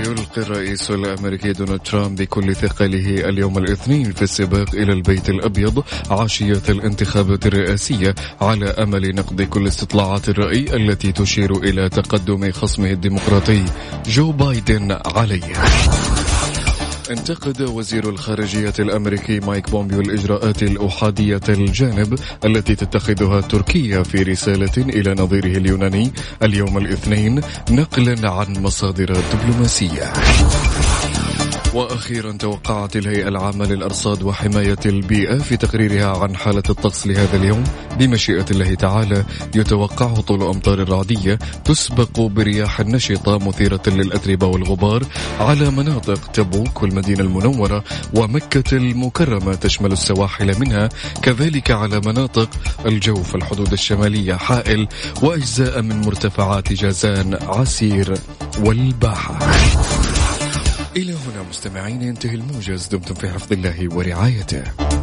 يلقي الرئيس الأمريكي دونالد ترامب بكل ثقله اليوم الاثنين في السباق إلى البيت الأبيض عشية الانتخابات الرئاسية على أمل نقض كل استطلاعات الرأي التي تشير إلى تقدم خصمه الديمقراطي جو بايدن عليه. انتقد وزير الخارجية الأمريكي مايك بومبيو الإجراءات الأحادية الجانب التي تتخذها تركيا في رسالة إلى نظيره اليوناني اليوم الاثنين نقلا عن مصادر دبلوماسية. وأخيرا توقعت الهيئة العامة للأرصاد وحماية البيئة في تقريرها عن حالة الطقس لهذا اليوم بمشيئة الله تعالى يتوقع هطول أمطار رعدية تسبق برياح نشطة مثيرة للأتربة والغبار على مناطق تبوك والمدينة المنورة ومكة المكرمة تشمل السواحل منها، كذلك على مناطق الجوف الحدود الشمالية حائل وأجزاء من مرتفعات جازان عسير والباحة. إلى هنا مستمعين ينتهي الموجز، دمتم في حفظ الله ورعايته.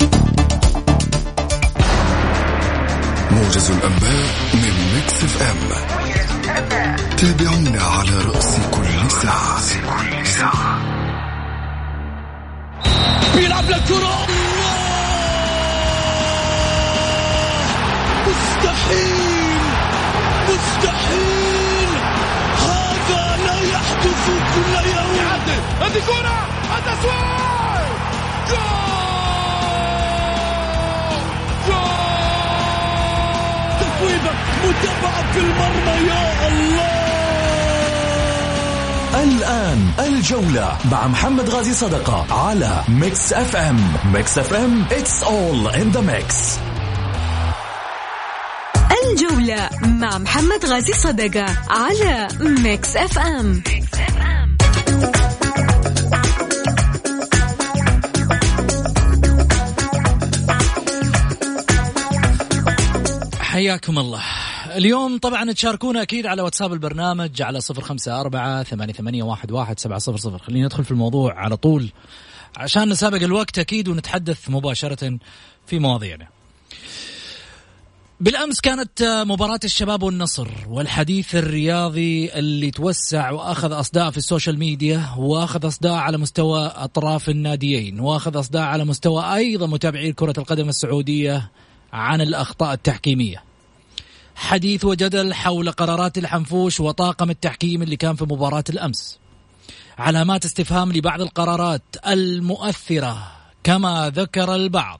موجز الأنباء من ميكس اف ام، تابعونا على رأس كل ساعة. بيلعب للكرة، مستحيل هذا لا يحدث كل يوم. هذه كرة التسويق، جول تسويبة متابعة في المرمى، يا الله. الآن الجولة مع محمد غازي صدقة على ميكس اف ام. ميكس اف ام it's all in the mix. الجولة مع محمد غازي صدقة على ميكس اف ام. حياكم الله. اليوم طبعا تشاركونا أكيد على واتساب البرنامج على 0548811700. خلينا ندخل في الموضوع على طول عشان نسابق الوقت أكيد ونتحدث مباشرة في مواضيعنا. بالأمس كانت مباراة الشباب والنصر، والحديث الرياضي اللي توسع وأخذ أصداء في السوشيال ميديا، وأخذ أصداء على مستوى أطراف الناديين، وأخذ أصداء على مستوى أيضا متابعي كرة القدم السعودية عن الأخطاء التحكيمية. حديث وجدل حول قرارات الحنفوش وطاقم التحكيم اللي كان في مباراة الأمس. علامات استفهام لبعض القرارات المؤثرة كما ذكر البعض.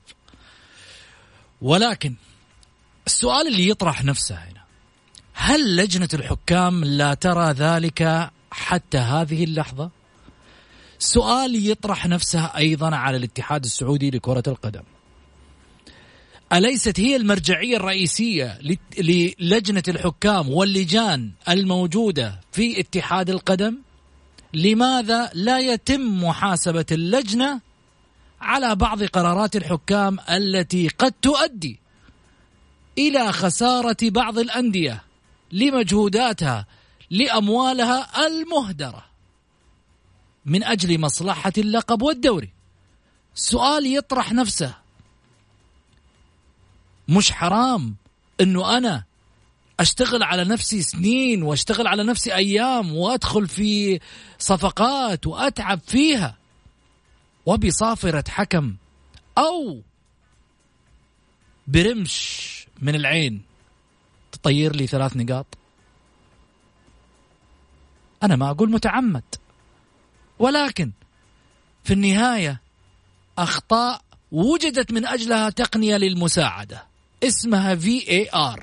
ولكن السؤال اللي يطرح نفسه هنا، هل لجنة الحكام لا ترى ذلك حتى هذه اللحظة؟ سؤال يطرح نفسه أيضا على الاتحاد السعودي لكرة القدم. أليست هي المرجعية الرئيسية للجنة الحكام واللجان الموجودة في اتحاد القدم؟ لماذا لا يتم محاسبة اللجنة على بعض قرارات الحكام التي قد تؤدي إلى خسارة بعض الأندية لمجهوداتها لأموالها المهدرة من أجل مصلحة اللقب والدوري؟ سؤال يطرح نفسه، مش حرام أنه أنا أشتغل على نفسي سنين وأشتغل على نفسي أيام وأدخل في صفقات وأتعب فيها وبصافرة حكم أو برمش من العين تطير لي 3 نقاط؟ أنا ما أقول متعمد، ولكن في النهاية أخطاء وجدت من أجلها تقنية للمساعدة اسمها VAR.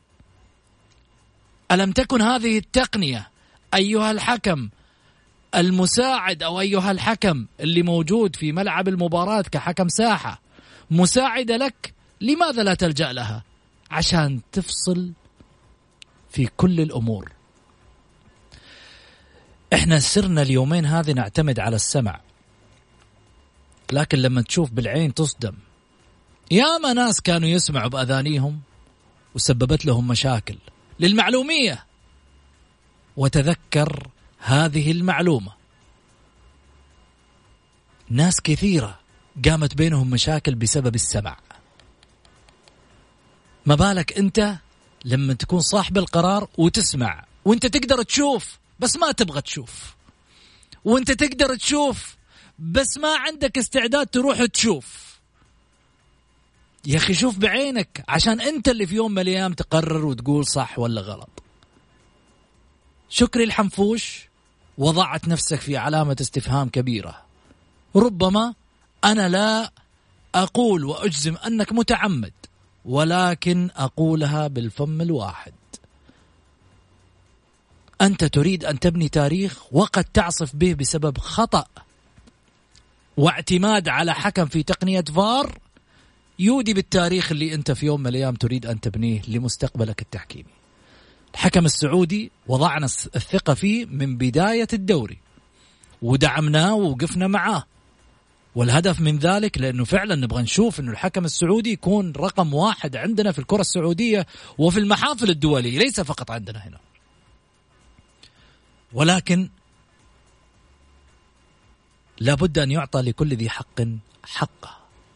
ألم تكن هذه التقنية أيها الحكم المساعد أو أيها الحكم اللي موجود في ملعب المباراة كحكم ساحة مساعدة لك؟ لماذا لا تلجأ لها عشان تفصل في كل الأمور؟ احنا سرنا اليومين هذه نعتمد على السمع، لكن لما تشوف بالعين تصدم. ياما ناس كانوا يسمعوا بأذانيهم وسببت لهم مشاكل. للمعلومية، وتذكر هذه المعلومة، ناس كثيرة قامت بينهم مشاكل بسبب السمع. ما بالك أنت لما تكون صاحب القرار وتسمع وأنت تقدر تشوف بس ما تبغى تشوف، وانت تقدر تشوف بس ما عندك استعداد تروح تشوف. يا أخي شوف بعينك عشان أنت اللي في يوم من الأيام تقرر وتقول صح ولا غلط. شكري الحنفوش وضعت نفسك في علامة استفهام كبيرة. ربما أنا لا أقول وأجزم أنك متعمد، ولكن أقولها بالفم الواحد. أنت تريد أن تبني تاريخ وقد تعصف به بسبب خطأ واعتماد على حكم في تقنية فار يودي بالتاريخ اللي أنت في يوم من الأيام تريد أن تبنيه لمستقبلك التحكيمي. الحكم السعودي وضعنا الثقة فيه من بداية الدوري ودعمناه ووقفنا معاه، والهدف من ذلك لأنه فعلا نبغى نشوف أنه الحكم السعودي يكون رقم 1 عندنا في الكرة السعودية وفي المحافل الدولية، ليس فقط عندنا هنا. ولكن لابد أن يعطى لكل ذي حق حقه.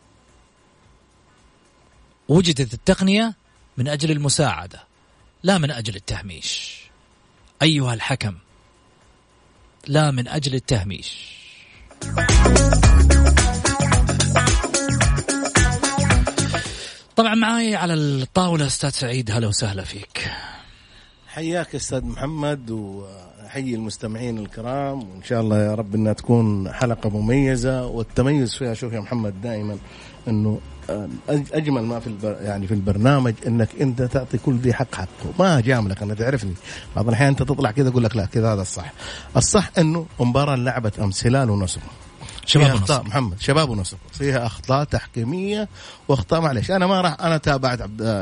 وجدت التقنية من أجل المساعدة لا من أجل التهميش أيها الحكم، لا من أجل التهميش. طبعا معي على الطاولة أستاذ سعيد، هلا وسهلا فيك. حياك أستاذ محمد، وحيي المستمعين الكرام، وإن شاء الله يا رب أنها تكون حلقة مميزة. والتميز فيها شوف يا محمد دائما أنه أجمل ما في البرنامج أنك أنت تعطي كل ذي حق حقه، ما جاملك. أنا تعرفني بعض الأحيان أنت تطلع كذا أقول لك لا كذا هذا الصح أنه مباراة لعبت أمس هلال ونصر، شباب ونصر محمد، شباب ونصر فيها أخطاء تحكيمية وأخطاء. معلش أنا ما راح، أنا تابعت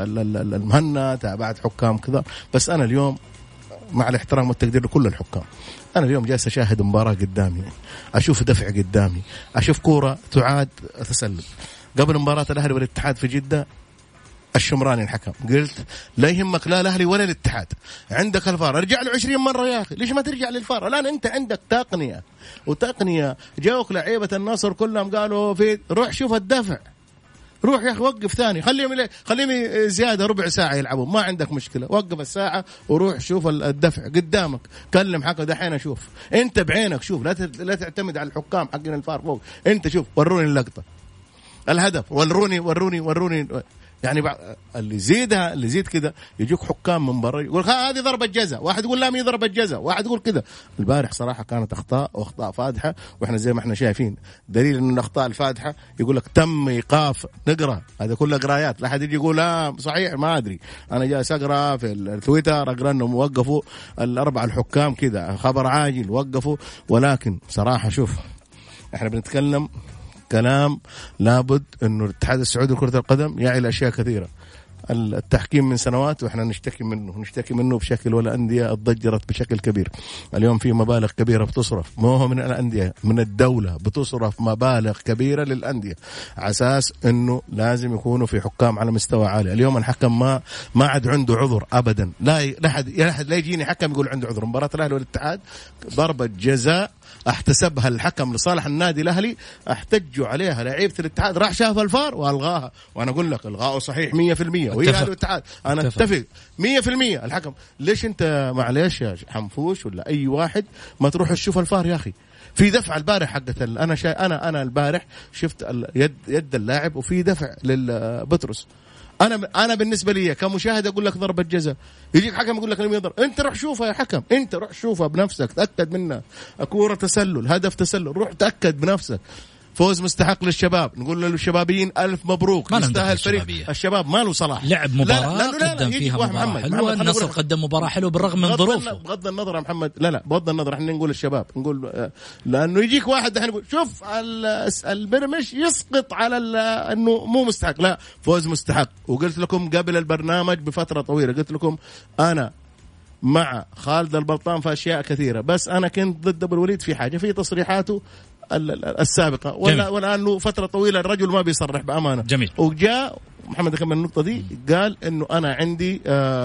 المهنا، تابعت حكام كذا، بس أنا اليوم مع الاحترام والتقدير لكل الحكام، أنا اليوم جالس أشاهد مباراة قدامي، أشوف دفع قدامي، أشوف كورة تعاد تسلل. قبل مباراة الأهلي والاتحاد في جدة الشمراني الحكم قلت لا يهمك لا الأهلي ولا الاتحاد، عندك الفار، ارجع له 20 مرة يا أخي، ليش ما ترجع للفار؟ الآن أنت عندك تقنية وتقنية. جاوك لعيبة النصر كلهم قالوا في روح شوف الدفع، روح يا أخي وقف ثاني، خليهم زيادة ربع ساعة يلعبون، ما عندك مشكلة، وقف الساعة وروح شوف الدفع قدامك، كلم حكم دحين أشوف، أنت بعينك شوف، لا تعتمد على الحكام حقين الفار فوق، أنت شوف وروني اللقطة الهدف، وروني يعني اللي يزيد كده يجوك حكام من برا يقول هذه ضربة جزاء، واحد يقول لا مي ضربة جزاء، واحد يقول كده. البارح صراحة كانت أخطاء فادحة، وإحنا زي ما إحنا شايفين دليل إن الأخطاء الفادحة يقول لك تم إيقاف، نقرأ هذا كله قرايات، لا حد يجي يقول لا صحيح ما أدري، أنا جالس أقرأ في التويتر أقرأ إنهم وقفوا الأربع الحكام كده، خبر عاجل وقفوا. ولكن صراحة شوف إحنا بنتكلم كلام لابد انه الاتحاد السعودي لكرة القدم يعي الاشياء كثيرة. التحكيم من سنوات واحنا نشتكي منه بشكل، والأندية اتضجرت بشكل كبير. اليوم في مبالغ كبيرة بتصرف، ما هو من الأندية، من الدولة بتصرف مبالغ كبيرة للأندية على أساس انه لازم يكونوا في حكام على مستوى عالي. اليوم الحكم ما عاد عنده عذر ابدا، لا حد لا يجيني حكم يقول عنده عذر. مباراة الأهلي والاتحاد ضربة جزاء احتسبها الحكم لصالح النادي الأهلي، احتجوا عليها لعيبة الاتحاد، راح شاف الفار والغاها، وانا اقول لك الغاءه صحيح 100%، وهي اهلي والاتحاد انا اتفق 100%. الحكم ليش انت معليش يا حنفوش ولا اي واحد ما تروح تشوف الفار يا اخي؟ في دفع البارح حقت انا البارح شفت يد اللاعب وفي دفع للبطرس. انا بالنسبه لي كمشاهد اقول لك ضربه جزاء، يجيك حكم يقول لك لم يضرب، انت روح شوفها يا حكم، انت روح شوفها بنفسك، تاكد منها، كوره تسلل، هدف تسلل، روح تاكد بنفسك. فوز مستحق للشباب، نقول للشبابيين ألف مبروك، يستاهل فريق الشباب، ما له صلاح، لعب مباراة قدم فيها مباراة حلوة، النصر قدم مباراة حلوة بالرغم من ظروفه. بغض النظر يا محمد، لا بغض النظر، احنا نقول الشباب، نقول لأنه يجيك واحد احنا نقول شوف البرمش يسقط على انه مو مستحق، لا فوز مستحق. وقلت لكم قبل البرنامج بفترة طويلة، قلت لكم أنا مع خالد البلطان في أشياء كثيرة، بس أنا كنت ضد أبو الوليد في حاجة، في تصريحاته السابقة، والآن له فترة طويلة الرجل ما بيصرح بأمانة. جميل. وجاء محمد أكمل النقطة دي، قال إنه أنا عندي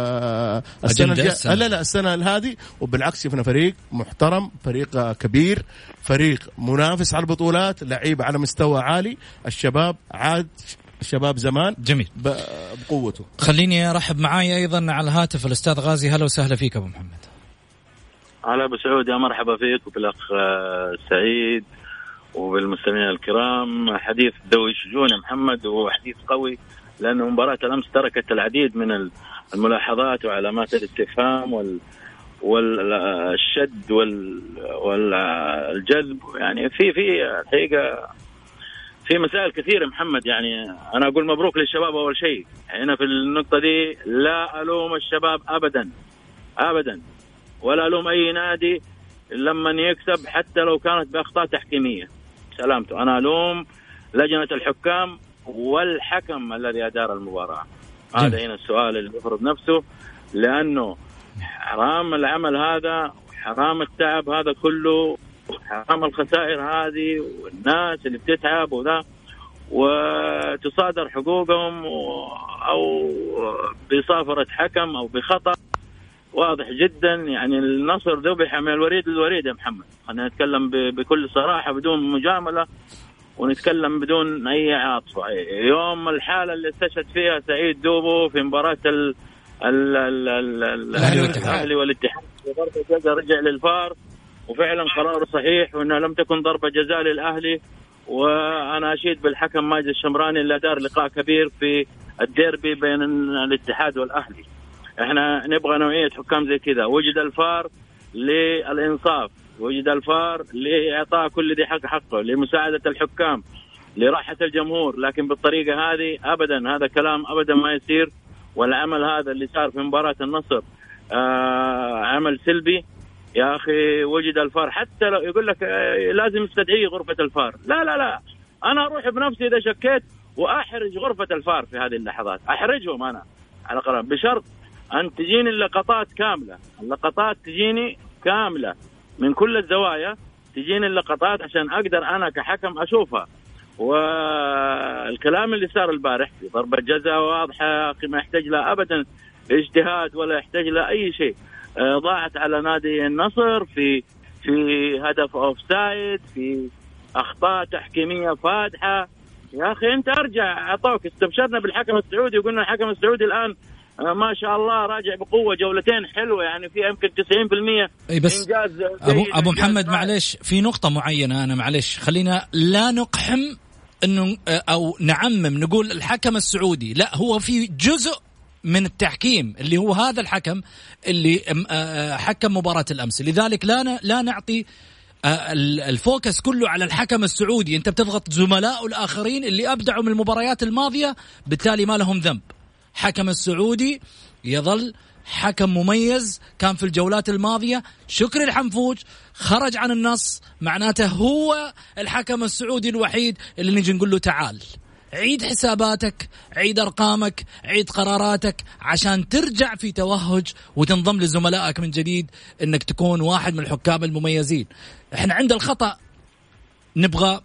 السنة هذه، وبالعكس شفنا فريق محترم، فريق كبير، فريق منافس على البطولات، لعيبة على مستوى عالي، الشباب عاد الشباب زمان. جميل. بقوته. خليني أرحب معاي أيضا على الهاتف الأستاذ غازي، هلا وسهلا فيك أبو محمد. هلا أبو سعود، يا مرحبا فيك وبالأخ سعيد وبالمستمعين الكرام. حديث ذوي الشجون يا محمد، وحديث قوي لأنه مباراة الأمس تركت العديد من الملاحظات وعلامات الاستفهام والشد والجذب. يعني في الحقيقة في مسائل كثيرة محمد. يعني أنا أقول مبروك للشباب أول شيء. هنا في النقطة دي لا ألوم الشباب أبدا ولا ألوم أي نادي لما يكسب حتى لو كانت بأخطاء تحكيمية، سلامته. أنا ألوم لجنة الحكام والحكم الذي أدار المباراة. هذا هنا السؤال اللي يفرض نفسه، لأنه حرام العمل هذا، حرام التعب هذا كله، حرام الخسائر هذه والناس اللي بتتعب وذا وتصادر حقوقهم أو بصافرة حكم أو بخطأ واضح جدا. يعني النصر ذبح من الوريد للوريد يا محمد. خلينا نتكلم بكل صراحة بدون مجاملة ونتكلم بدون أي عاطفة. يوم الحالة اللي استشهد فيها سعيد دوبو في مباراة الأهلي والاتحاد ضربة جزاء رجع للفار، وفعلا قرار صحيح وأنها لم تكن ضربة جزاء للأهلي. وأنا أشيد بالحكم ماجد الشمراني اللي دار لقاء كبير في الديربي بين الاتحاد والأهلي. احنا نبغى نوعية حكام زي كذا. وجد الفار للإنصاف، وجد الفار لإعطاء كل ذي حقه، لمساعدة الحكام، لراحة الجمهور. لكن بالطريقة هذه أبدا، هذا كلام أبدا ما يصير. والعمل هذا اللي صار في مباراة النصر عمل سلبي يا أخي. وجد الفار، حتى لو يقول لك لازم يستدعي غرفة الفار، لا أنا أروح بنفسي إذا شكيت وأحرج غرفة الفار في هذه اللحظات، أحرجهم أنا على قرار، بشرط أن تجيني اللقطات كاملة. اللقطات تجيني كاملة من كل الزوايا، تجيني اللقطات عشان أقدر أنا كحكم أشوفها. والكلام اللي صار البارح في ضربة جزاء واضحة يا أخي، ما يحتاج لا أبدا اجتهاد ولا يحتاج لا أي شيء. ضاعت على نادي النصر في هدف أوفسايد، في أخطاء تحكيمية فادحة. يا أخي أنت أرجع أعطوك، استبشرنا بالحكم السعودي وقلنا الحكم السعودي الآن ما شاء الله راجع بقوة، جولتين حلوة يعني فيها يمكن 90% إنجاز. أبو محمد معلش في نقطة معينة، أنا معلش خلينا لا نقحم إنه أو نعمم نقول الحكم السعودي، لا، هو في جزء من التحكيم اللي هو هذا الحكم اللي حكم مباراة الأمس. لذلك لا نعطي الفوكس كله على الحكم السعودي. أنت بتضغط زملائه الآخرين اللي أبدعوا من المباريات الماضية، بالتالي ما لهم ذنب. حكم السعودي يظل حكم مميز، كان في الجولات الماضية. شكري الحنفوج خرج عن النص، معناته هو الحكم السعودي الوحيد اللي نجي نقول له تعال عيد حساباتك، عيد أرقامك، عيد قراراتك عشان ترجع في توهج وتنضم لزملائك من جديد، انك تكون واحد من الحكام المميزين. احنا عند الخطأ نبغى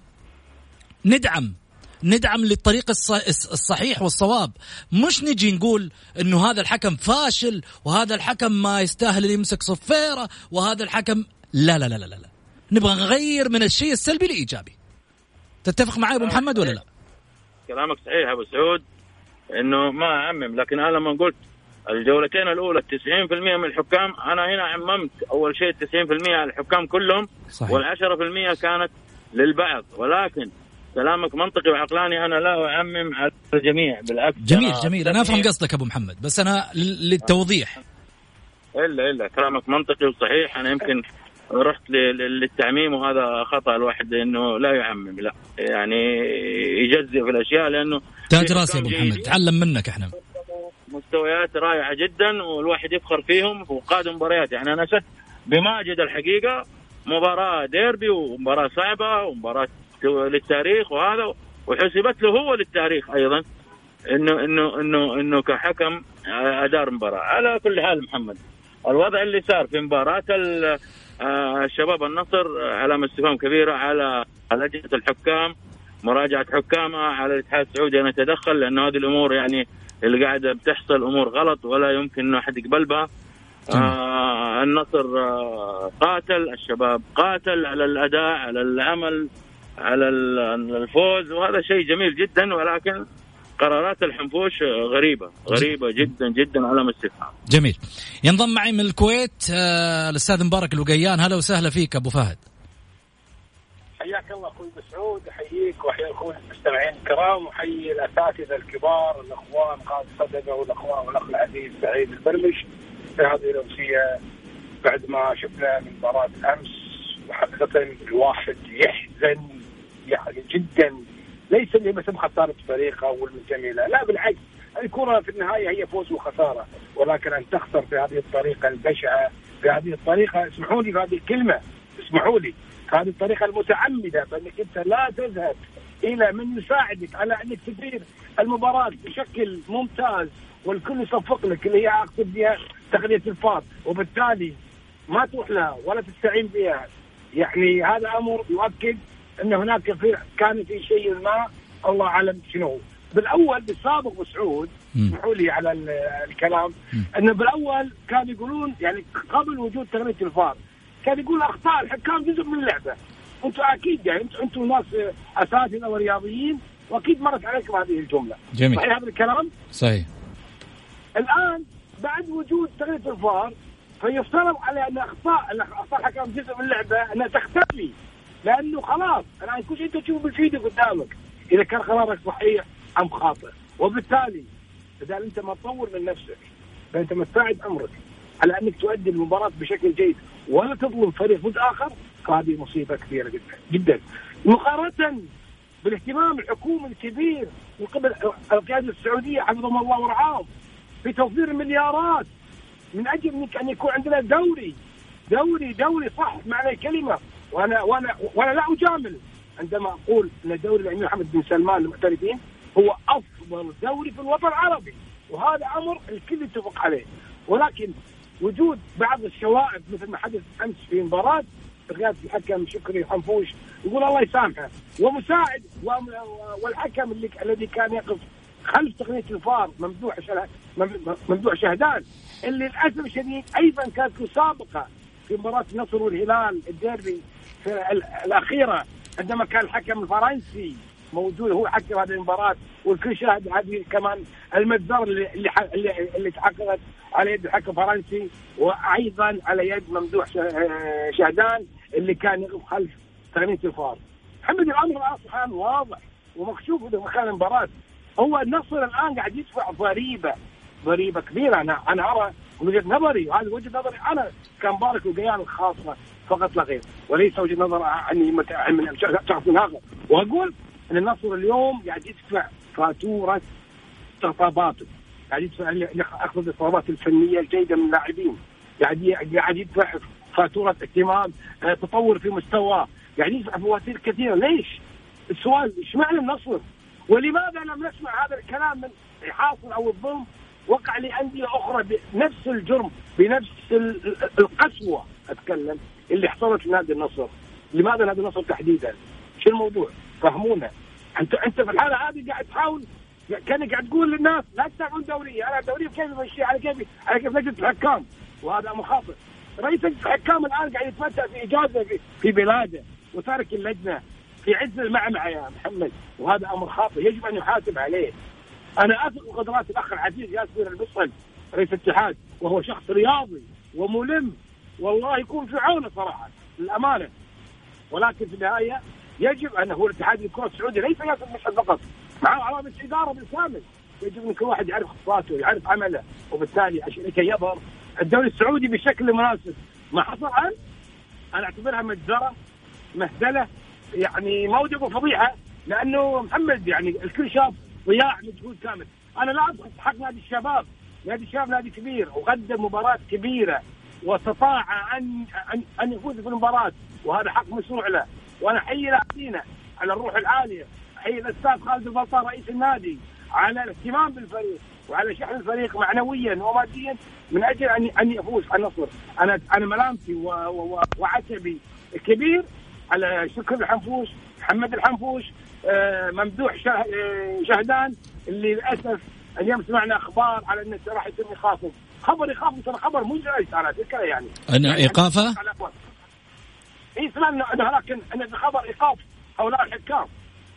ندعم للطريق الصحيح والصواب، مش نجي نقول انه هذا الحكم فاشل وهذا الحكم ما يستاهل يمسك صفيرة وهذا الحكم لا لا لا لا لا. نبغى نغير من الشيء السلبي لإيجابي. تتفق معي أبو محمد ولا لا؟ كلامك صحيح أبو سعود، إنه ما أعمم، لكن أنا لما قلت الجولتين الأولى 90% من الحكام، أنا هنا عممت أول شيء 90% على الحكام كلهم، وال10% كانت للبعض. ولكن كلامك منطقي وعقلاني، أنا لا أعمم على الجميع، بالعكس. جميل أنا أفهم قصدك أبو محمد، بس أنا للتوضيح. إلا كلامك منطقي وصحيح. أنا يمكن رحت للتعميم، وهذا خطأ الواحد إنه لا يعمم، لا يعني يجزئ في الأشياء، لأنه تاج راسي أبو محمد، تعلم منك. إحنا مستويات رائعة جدا والواحد يفخر فيهم وقادم مباريات. يعني أنا شفت بماجد الحقيقة مباراة ديربي ومباراة صعبة ومباراة للتاريخ، وهذا وحسبت له هو للتاريخ أيضا إنه كحكم أدار مباراة. على كل حال محمد، الوضع اللي صار في مباراة الشباب النصر علامة استفهام كبيرة على لجنة الحكام، مراجعة حكامها، على الاتحاد السعودي أن يتدخل، لأن هذه الأمور يعني اللي قاعدة بتحصل أمور غلط ولا يمكن إنه أحد يقبل بها. النصر قاتل، الشباب قاتل على الأداء، على العمل، على الفوز، وهذا شيء جميل جدا. ولكن قرارات الحنفوش غريبة جدا جدا على مستفهم. جميل. ينضم معي من الكويت الأستاذ مبارك الوقيان. هلا وسهلا فيك أبو فهد. حياك الله أخوي مسعود، أحييك وأحيي أخوي المستمعين الكرام، وحيي الأساتذة الكبار الأخوان غازي صدقة والأخوان والأخ العزيز سعيد البرمش في هذه الأمسية بعد ما شفنا من مباراة الأمس. وحقيقة الواحد يحزن يعني جدا، ليس اللي بس خسارة فريقه والمنتمي لا بالعكس، الكرة في النهاية هي فوز وخسارة، ولكن أن تخسر في هذه الطريقة البشعة، في هذه الطريقة، اسمحوا لي بهذه الكلمة، اسمحوا لي، هذه الطريقة المتعمدة، فإنك أنت لا تذهب إلى من يساعدك على أنك تدير المباراة بشكل ممتاز والكل يصفق لك اللي هي أقصد بها تقنية الفار، وبالتالي ما تروح لها ولا تستعين بها. يعني هذا أمر يؤكد أن هناك كان في شيء ما الله أعلم شنو. بالأول بالسابق مسعود، اسمحوا لي على الكلام، أنه بالأول كانوا يقولون يعني قبل وجود تقنية الفار كان يقول أخطاء الحكام جزء من اللعبة. أنتم أكيد يعني أنتم ناس أساتذة ورياضيين وأكيد مرت عليكم هذه الجملة. جميل. صحيح هذا الكلام؟ صحيح. الآن بعد وجود تقنية الفار فيفترض على أن أخطاء الحكام جزء من اللعبة أنها تختفي، لأنه خلاص الآن كل شيء أنت تشوف بالفيديو قدامك إذا كان قرارك صحيح أم خاطئ. وبالتالي إذا أنت ما تطور من نفسك فأنت ما تساعد أمرك على أنك تؤدي المباراة بشكل جيد ولا تظلم فريق فوز آخر، فهذه مصيبة كبيرة جدا جدا، مقارنة بالاهتمام الحكومي الكبير من قبل القيادة السعودية حفظهم الله ورعاهم في توفير المليارات من أجل أن يكون عندنا دوري صح معنى الكلمة. وأنا لا أجامل عندما أقول أن الدوري الأمير محمد بن سلمان للمحترفين هو أفضل دوري في الوطن العربي، وهذا أمر الكل يتفق عليه. ولكن وجود بعض الشوائب مثل ما حدث أمس في مباراة بقيادة الحكم شكري حنفوش يقول الله يسامحه، ومساعد والحكم الذي كان يقف خلف تقنية الفار ممدوح شهدان اللي للأسف الشديد أيضا كانت سابقة في مباراة النصر والهلال الديربي الأخيرة عندما كان الحكم الفرنسي موجود هو حكم هذه المباراة، والكل شاهد هذه كمان المجزرة اللي تحققت على يد الحكم الفرنسي وأيضا على يد ممدوح شهدان اللي كان يقف خلف تقنية الفار. محمد الأمر الآن واضح ومكشوف في مكان المباراة. هو النصر الآن قاعد يدفع ضريبة كبيرة. أنا أرى وجهة نظري، وهذه وجهة نظري أنا كمبارك وقيان الخاصة فقط لا غير، وليس وجهة نظر عني من شخص آخر. وأقول أن النصر اليوم قاعد يدفع فاتورة استقطاباته، قاعد يدفع أخذ الصوابات الفنية الجيدة من اللاعبين، قاعد يدفع فاتورة اهتمام تطور في مستوى، قاعد يدفع فواتير كثيرة. ليش؟ السؤال إيش معنى النصر؟ ولماذا لم نسمع هذا الكلام من الحاصل أو الظلم وقع لأندية أخرى بنفس الجرم بنفس القسوة أتكلم اللي حصلت في نادي النصر؟ لماذا نادي النصر تحديدا؟ شو الموضوع؟ فهمونا. أنت في الحالة هذه قاعد تحاول كأنك قاعد تقول للناس لا تتابعون دوري، أنا دوري كيف يمشي على كيف لجنة الحكام، وهذا مخاطر. رئيس الحكام الآن قاعد يتمتع في إجازة في بلاده وتارك اللجنة في عز المعمعة يا محمد، وهذا أمر خاطئ يجب أن يحاسب عليه. أنا أثق بقدرات الأخ العزيز ياسر البصري رئيس الاتحاد، وهو شخص رياضي وملم والله يكون في عونه صراحة للأمانة، ولكن في النهاية يجب أن هو الاتحاد الكرة السعودي ليس ياسر البصري فقط، معه عوامل إدارة بالكامل، يجب أن كل واحد يعرف خطواته ويعرف عمله، وبالتالي عشان لكي يظهر الدوري السعودي بشكل مناسب. ما حصل الآن أنا أعتبرها مجزرة مهزلة، يعني موجب وفضيحة، لأنه محمد يعني الكل شاف ضياع مجهود كامل. أنا لا أبغى حق نادي الشباب، نادي الشباب نادي كبير وقدم مباراة كبيرة واستطاع أن يفوز في المباراة، وهذا حق مشروع له. وأنا حي لاعبينا على الروح العالية، حي الأستاذ خالد البطار رئيس النادي على الاهتمام بالفريق وعلى شحن الفريق معنويا وماديا من أجل أن يفوز على النصر. أنا ملامتي وعتبي كبير على شكر الحنفوش، محمد الحنفوش، ممدوح شهدان اللي للأسف اليوم سمعنا أخبار على أنه راح يتم إيقافه. خبر إيقافه ترى خبر مو جايز على فكرة يعني. أنا إيقافه؟ إيه سمعنا أن هناك خبر إيقاف هؤلاء الحكام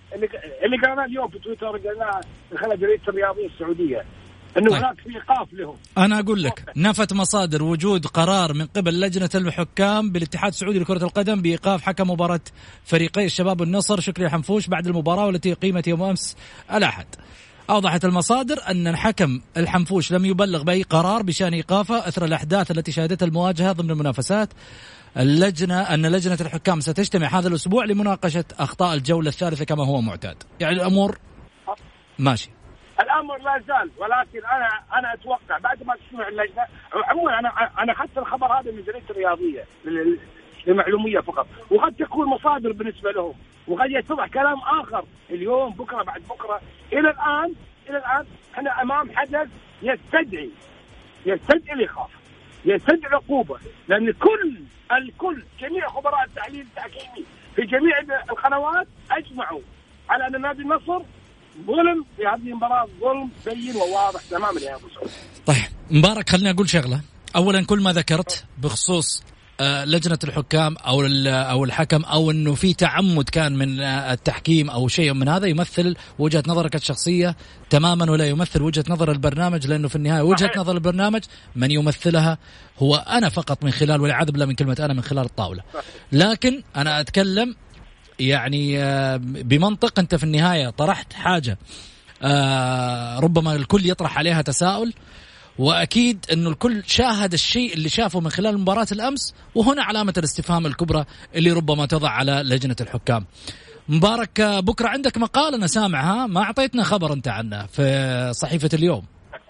اللي قرأناه اليوم في تويتر قلنا من خلال جريدة الرياضية السعودية انه طيب. هناك في ايقاف لهم. انا اقول لك نفت مصادر وجود قرار من قبل لجنة الحكام بالاتحاد السعودي لكرة القدم بايقاف حكم مباراة فريقي الشباب والنصر شكري حنفوش بعد المباراة والتي قيمت يوم امس الاحد. أوضحت المصادر أن الحكم الحنفوش لم يبلغ بأي قرار بشأن إيقافه أثر الأحداث التي شهدتها المواجهة ضمن المنافسات. لجنة الحكام ستجتمع هذا الأسبوع لمناقشة أخطاء الجولة الثالثة كما هو معتاد. يعني الأمور ماشي. الأمر لا زال، ولكن أنا أتوقع بعد ما تسمع اللجنة. عموما أنا أخذت الخبر هذا من جريدة الرياضية للمعلومية فقط، وقد تكون مصادر بالنسبة لهم، وقد يتضح كلام آخر اليوم بكرة بعد بكرة. إلى الآن احنا أمام حدث يستدعي الإيقاف، يستدعي عقوبة، لأن الكل جميع خبراء التحليل التحكيمي في جميع القنوات أجمعوا على أن نادي النصر ظلم في هذه المباراة، ظلم بين وواضح تماما يا أبو سعود. طيب مبارك، خليني أقول شغلة. أولا كل ما ذكرت بخصوص لجنة الحكام أو الحكم أو أنه في تعمد كان من التحكيم أو شيء من هذا يمثل وجهة نظرك الشخصية تماما ولا يمثل وجهة نظر البرنامج، لأنه في النهاية وجهة نظر البرنامج من يمثلها هو أنا فقط من خلال، والعياذ بالله من كلمة أنا، من خلال الطاولة. لكن أنا أتكلم يعني بمنطق. أنت في النهاية طرحت حاجة ربما الكل يطرح عليها تساؤل، وأكيد أنه الكل شاهد الشيء اللي شافه من خلال مباراة الأمس، وهنا علامة الاستفهام الكبرى اللي ربما تضع على لجنة الحكام. مبارك، بكرة عندك مقال أنا سامعها، ما أعطيتنا خبر أنت عنه في صحيفة اليوم.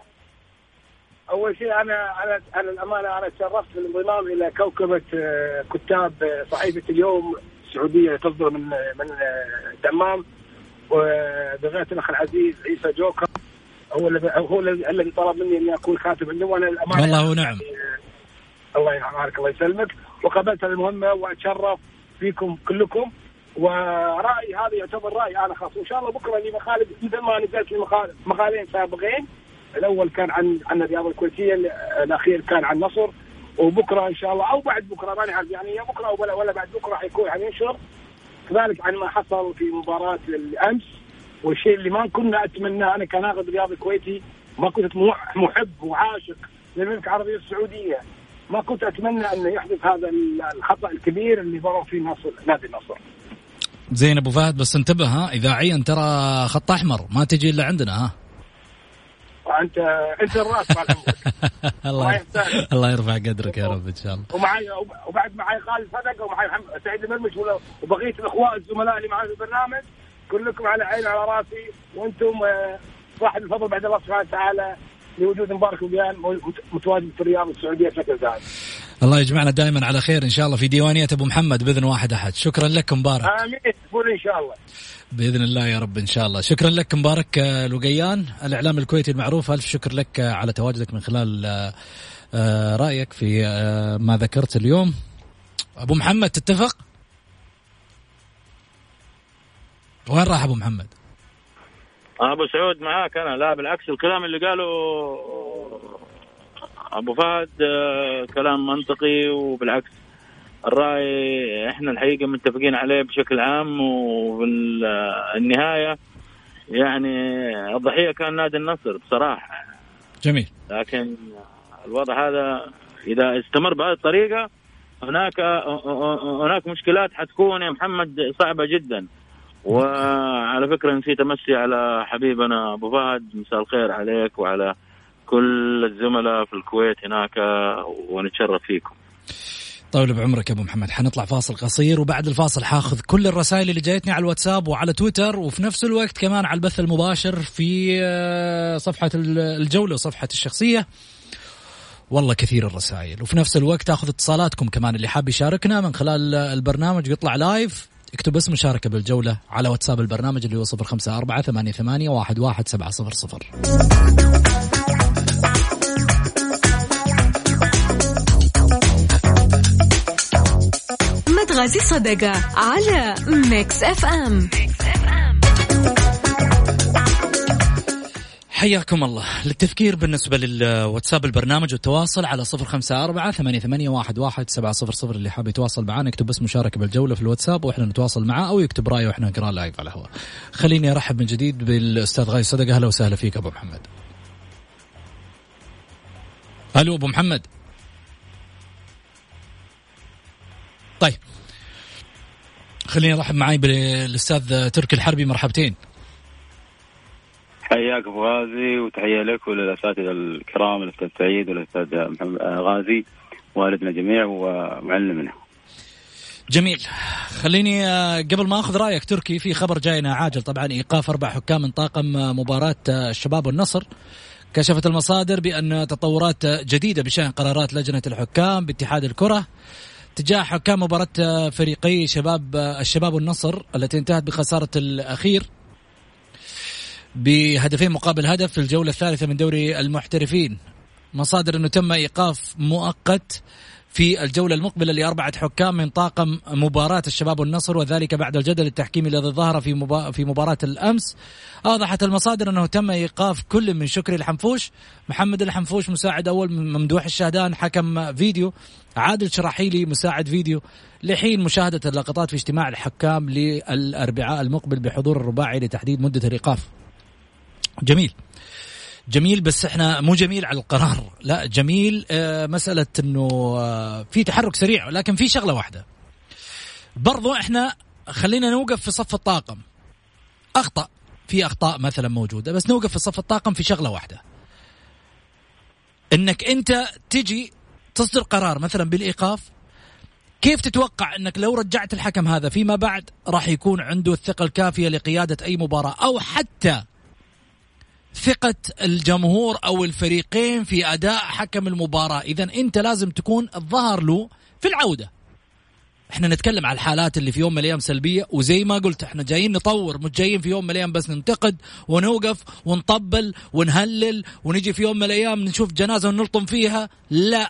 أول شيء أنا الأمانة أنا تشرفت بالانضمام إلى كوكبة كتاب صحيفة اليوم السعودية تصدر من دمام، وبغاية الأخ العزيز عيسى جوكر هو الذي طلب مني اني اكون كاتب عنده، وانا الامانه والله ونعم. الله يعافيك الله يسلمك، وقبلت المهمه واتشرف فيكم كلكم. ورأيي هذا يعتبر رأي انا خاص، وان شاء الله بكره لي مقال مثل ما نزلت لي مقالين سابقين. الاول كان عن الرياضه الكويتيه، الاخير كان عن النصر، وبكره ان شاء الله او بعد بكره ماني عارف يعني يا بكره ولا بعد بكره حيكون حينشر كذلك عن ما حصل في مباراه الامس. والشيء اللي ما كنا أتمناه أنا كناقد رياضي كويتي، ما كنت محب وعاشق للمملكة العربية السعودية، ما كنت أتمنى أن يحدث هذا الخطأ الكبير اللي ضرر فيه نادي النصر. زين أبو فهد، بس انتبه ها، إذاعيا ترى خط أحمر ما تجي إلا عندنا ها. أنت الرأس مع الأمور. الله يرفع قدرك يا رب إن شاء الله. وبعد معي خالد صدقة ومعي سعيد المرمش وبقية الأخوة الزملاء اللي معي في البرنامج، كلكم على عيني على راسي، وانتم صاحب الفضل بعد الله سبحانه وتعالى لوجود مبارك وبيان متواجد في الرياض السعوديه بشكل دائم. الله يجمعنا دائما على خير ان شاء الله في ديوانيه ابو محمد باذن واحد احد. شكرا لك مبارك. امين، قول ان شاء الله باذن الله يا رب ان شاء الله. شكرا لك مبارك لقيان الاعلام الكويتي المعروف، الف شكر لك على تواجدك من خلال رايك في ما ذكرت اليوم. ابو محمد تتفق؟ وين راح أبو محمد؟ أبو سعود معاك أنا. لا بالعكس، الكلام اللي قاله أبو فهد كلام منطقي، وبالعكس الرأي إحنا الحقيقة متفقين عليه بشكل عام. وبالنهاية يعني الضحية كان نادي النصر بصراحة. جميل. لكن الوضع هذا إذا استمر بهذه الطريقة هناك مشكلات حتكون يا محمد صعبة جدا. وعلى فكرة نسيت أمسي على حبيبنا أبو فهد، مساء الخير عليك وعلى كل الزملاء في الكويت هناك، ونتشرف فيكم. طول بعمرك يا أبو محمد. حنطلع فاصل قصير، وبعد الفاصل حاخذ كل الرسائل اللي جايتني على الواتساب وعلى تويتر، وفي نفس الوقت كمان على البث المباشر في صفحة الجولة وصفحة الشخصية. والله كثير الرسائل، وفي نفس الوقت أخذ اتصالاتكم كمان اللي حاب يشاركنا من خلال البرنامج ويطلع لايف. اكتب اسم مشاركة بالجولة على واتساب البرنامج اللي هو 0548811700. متغازي صدقة على ميكس اف ام. حياكم الله. للتذكير بالنسبة للواتساب البرنامج والتواصل على 0548811700 اللي حاب يتواصل معنا يكتب بس مشاركة بالجولة في الواتساب وإحنا نتواصل معاه، أو يكتب رأيه وإحنا نقرأ لايف على الهواء. خليني أرحب من جديد بالأستاذ غازي صدقة. أهلا وسهلا فيك أبو محمد. ألو أبو محمد. طيب خليني أرحب معي بالأستاذ تركي الحربي. مرحبتين. حياك ابو غازي، وتحيه لك وللاساتذه الكرام الاستاذ سعيد والاستاذ محمد غازي والدنا جميع ومعلمنا. جميل. خليني قبل ما اخذ رايك تركي في خبر جاينا عاجل، طبعا ايقاف 4 حكام من طاقم مباراه الشباب والنصر. كشفت المصادر بان تطورات جديده بشان قرارات لجنه الحكام باتحاد الكره تجاه حكام مباراه فريقي الشباب والنصر التي انتهت بخساره الاخير بهدفين مقابل هدف في الجولة الثالثة من دوري المحترفين. مصادر أنه تم إيقاف مؤقت في الجولة المقبلة ل4 حكام من طاقم مباراة الشباب والنصر، وذلك بعد الجدل التحكيمي الذي ظهر في مباراة الأمس. أوضحت المصادر أنه تم إيقاف كل من شكري الحنفوش، محمد الحنفوش مساعد أول، ممدوح الشهدان حكم فيديو، عادل شراحيلي مساعد فيديو، لحين مشاهدة اللقطات في اجتماع الحكام للأربعاء المقبل بحضور الرباعي لتحديد مدة الإيقاف. جميل بس احنا مو جميل على القرار، لا جميل مسألة انه في تحرك سريع، لكن في شغلة واحدة برضو احنا خلينا نوقف في صف الطاقم. في اخطاء مثلا موجودة، بس نوقف في صف الطاقم في شغلة واحدة، انك انت تجي تصدر قرار مثلا بالإيقاف. كيف تتوقع انك لو رجعت الحكم هذا فيما بعد راح يكون عنده الثقة الكافية لقيادة اي مباراة، او حتى ثقة الجمهور أو الفريقين في أداء حكم المباراة؟ إذا أنت لازم تكون الظهر له في العودة. إحنا نتكلم على الحالات اللي في يوم من الأيام سلبية، وزي ما قلت إحنا جايين نطور، مش جايين في يوم من الأيام بس ننتقد ونوقف ونطبل ونهلل ونيجي في يوم من الأيام نشوف جنازة ونلطم فيها. لا،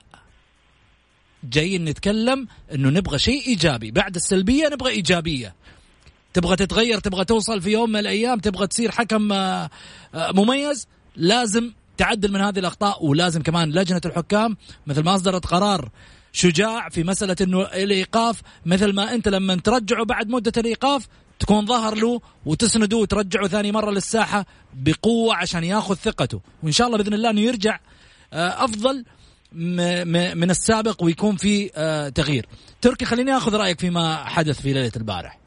جايين نتكلم إنه نبغى شيء إيجابي، بعد السلبية نبغى إيجابية. تبغى تتغير، تبغى توصل في يوم من الأيام، تبغى تصير حكم مميز، لازم تعدل من هذه الأخطاء. ولازم كمان لجنة الحكام مثل ما أصدرت قرار شجاع في مسألة إنه الإيقاف، مثل ما أنت لما ترجعه بعد مدة الإيقاف تكون ظهر له وتسنده وترجعه ثاني مرة للساحة بقوة عشان ياخذ ثقته، وإن شاء الله بإذن الله إنه يرجع أفضل من السابق ويكون في تغيير. تركي خليني أخذ رأيك فيما حدث في ليلة البارح.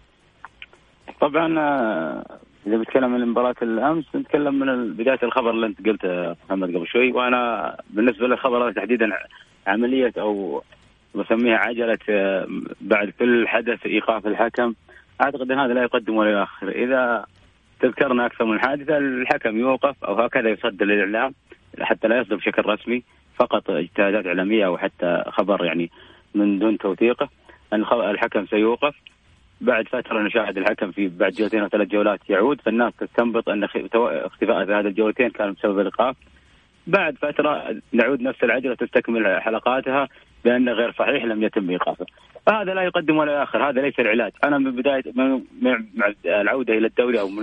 طبعا إذا بتكلم من مباراة الأمس نتكلم من بداية الخبر اللي أنت قلته محمد قبل شوي، وأنا بالنسبة للخبر هذا تحديدا عملية أو بسميها عجلة بعد كل حدث إيقاف الحكم، أعتقد أن هذا لا يقدم ولا يؤخر. إذا تذكرنا أكثر من حادثة الحكم يوقف أو هكذا يصدر للإعلام حتى لا يصدر بشكل رسمي، فقط اجتهادات إعلامية أو حتى خبر يعني من دون توثيقه أن الحكم سيوقف. بعد فترة نشاهد الحكم في بعد 2 أو 3 جولات يعود، فالناس تستنبط أن اختفاء في هذه الجولتين كان بسبب الإيقاف. بعد فترة نعود نفس العجلة تستكمل حلقاتها بأنه غير صحيح لم يتم إيقافه. فهذا لا يقدم ولا يؤخر، هذا ليس العلاج. أنا من بداية مع العودة إلى الدوري أو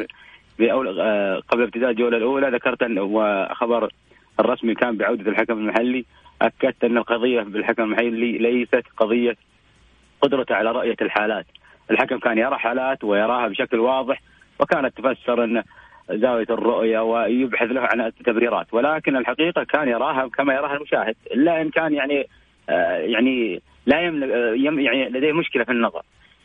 قبل ابتداء الجولة الأولى ذكرت أن خبر الرسمي كان بعودة الحكم المحلي، أكدت أن القضية بالحكم المحلي ليست قضية قدرته على رؤية الحالات. الحكم كان يرى حالات ويراها بشكل واضح، وكانت تفسر أن زاوية الرؤية ويبحث له عن تبريرات، ولكن الحقيقة كان يراها كما يراها المشاهد، إلا إن كان يعني لا يعني لديه مشكلة في النظر.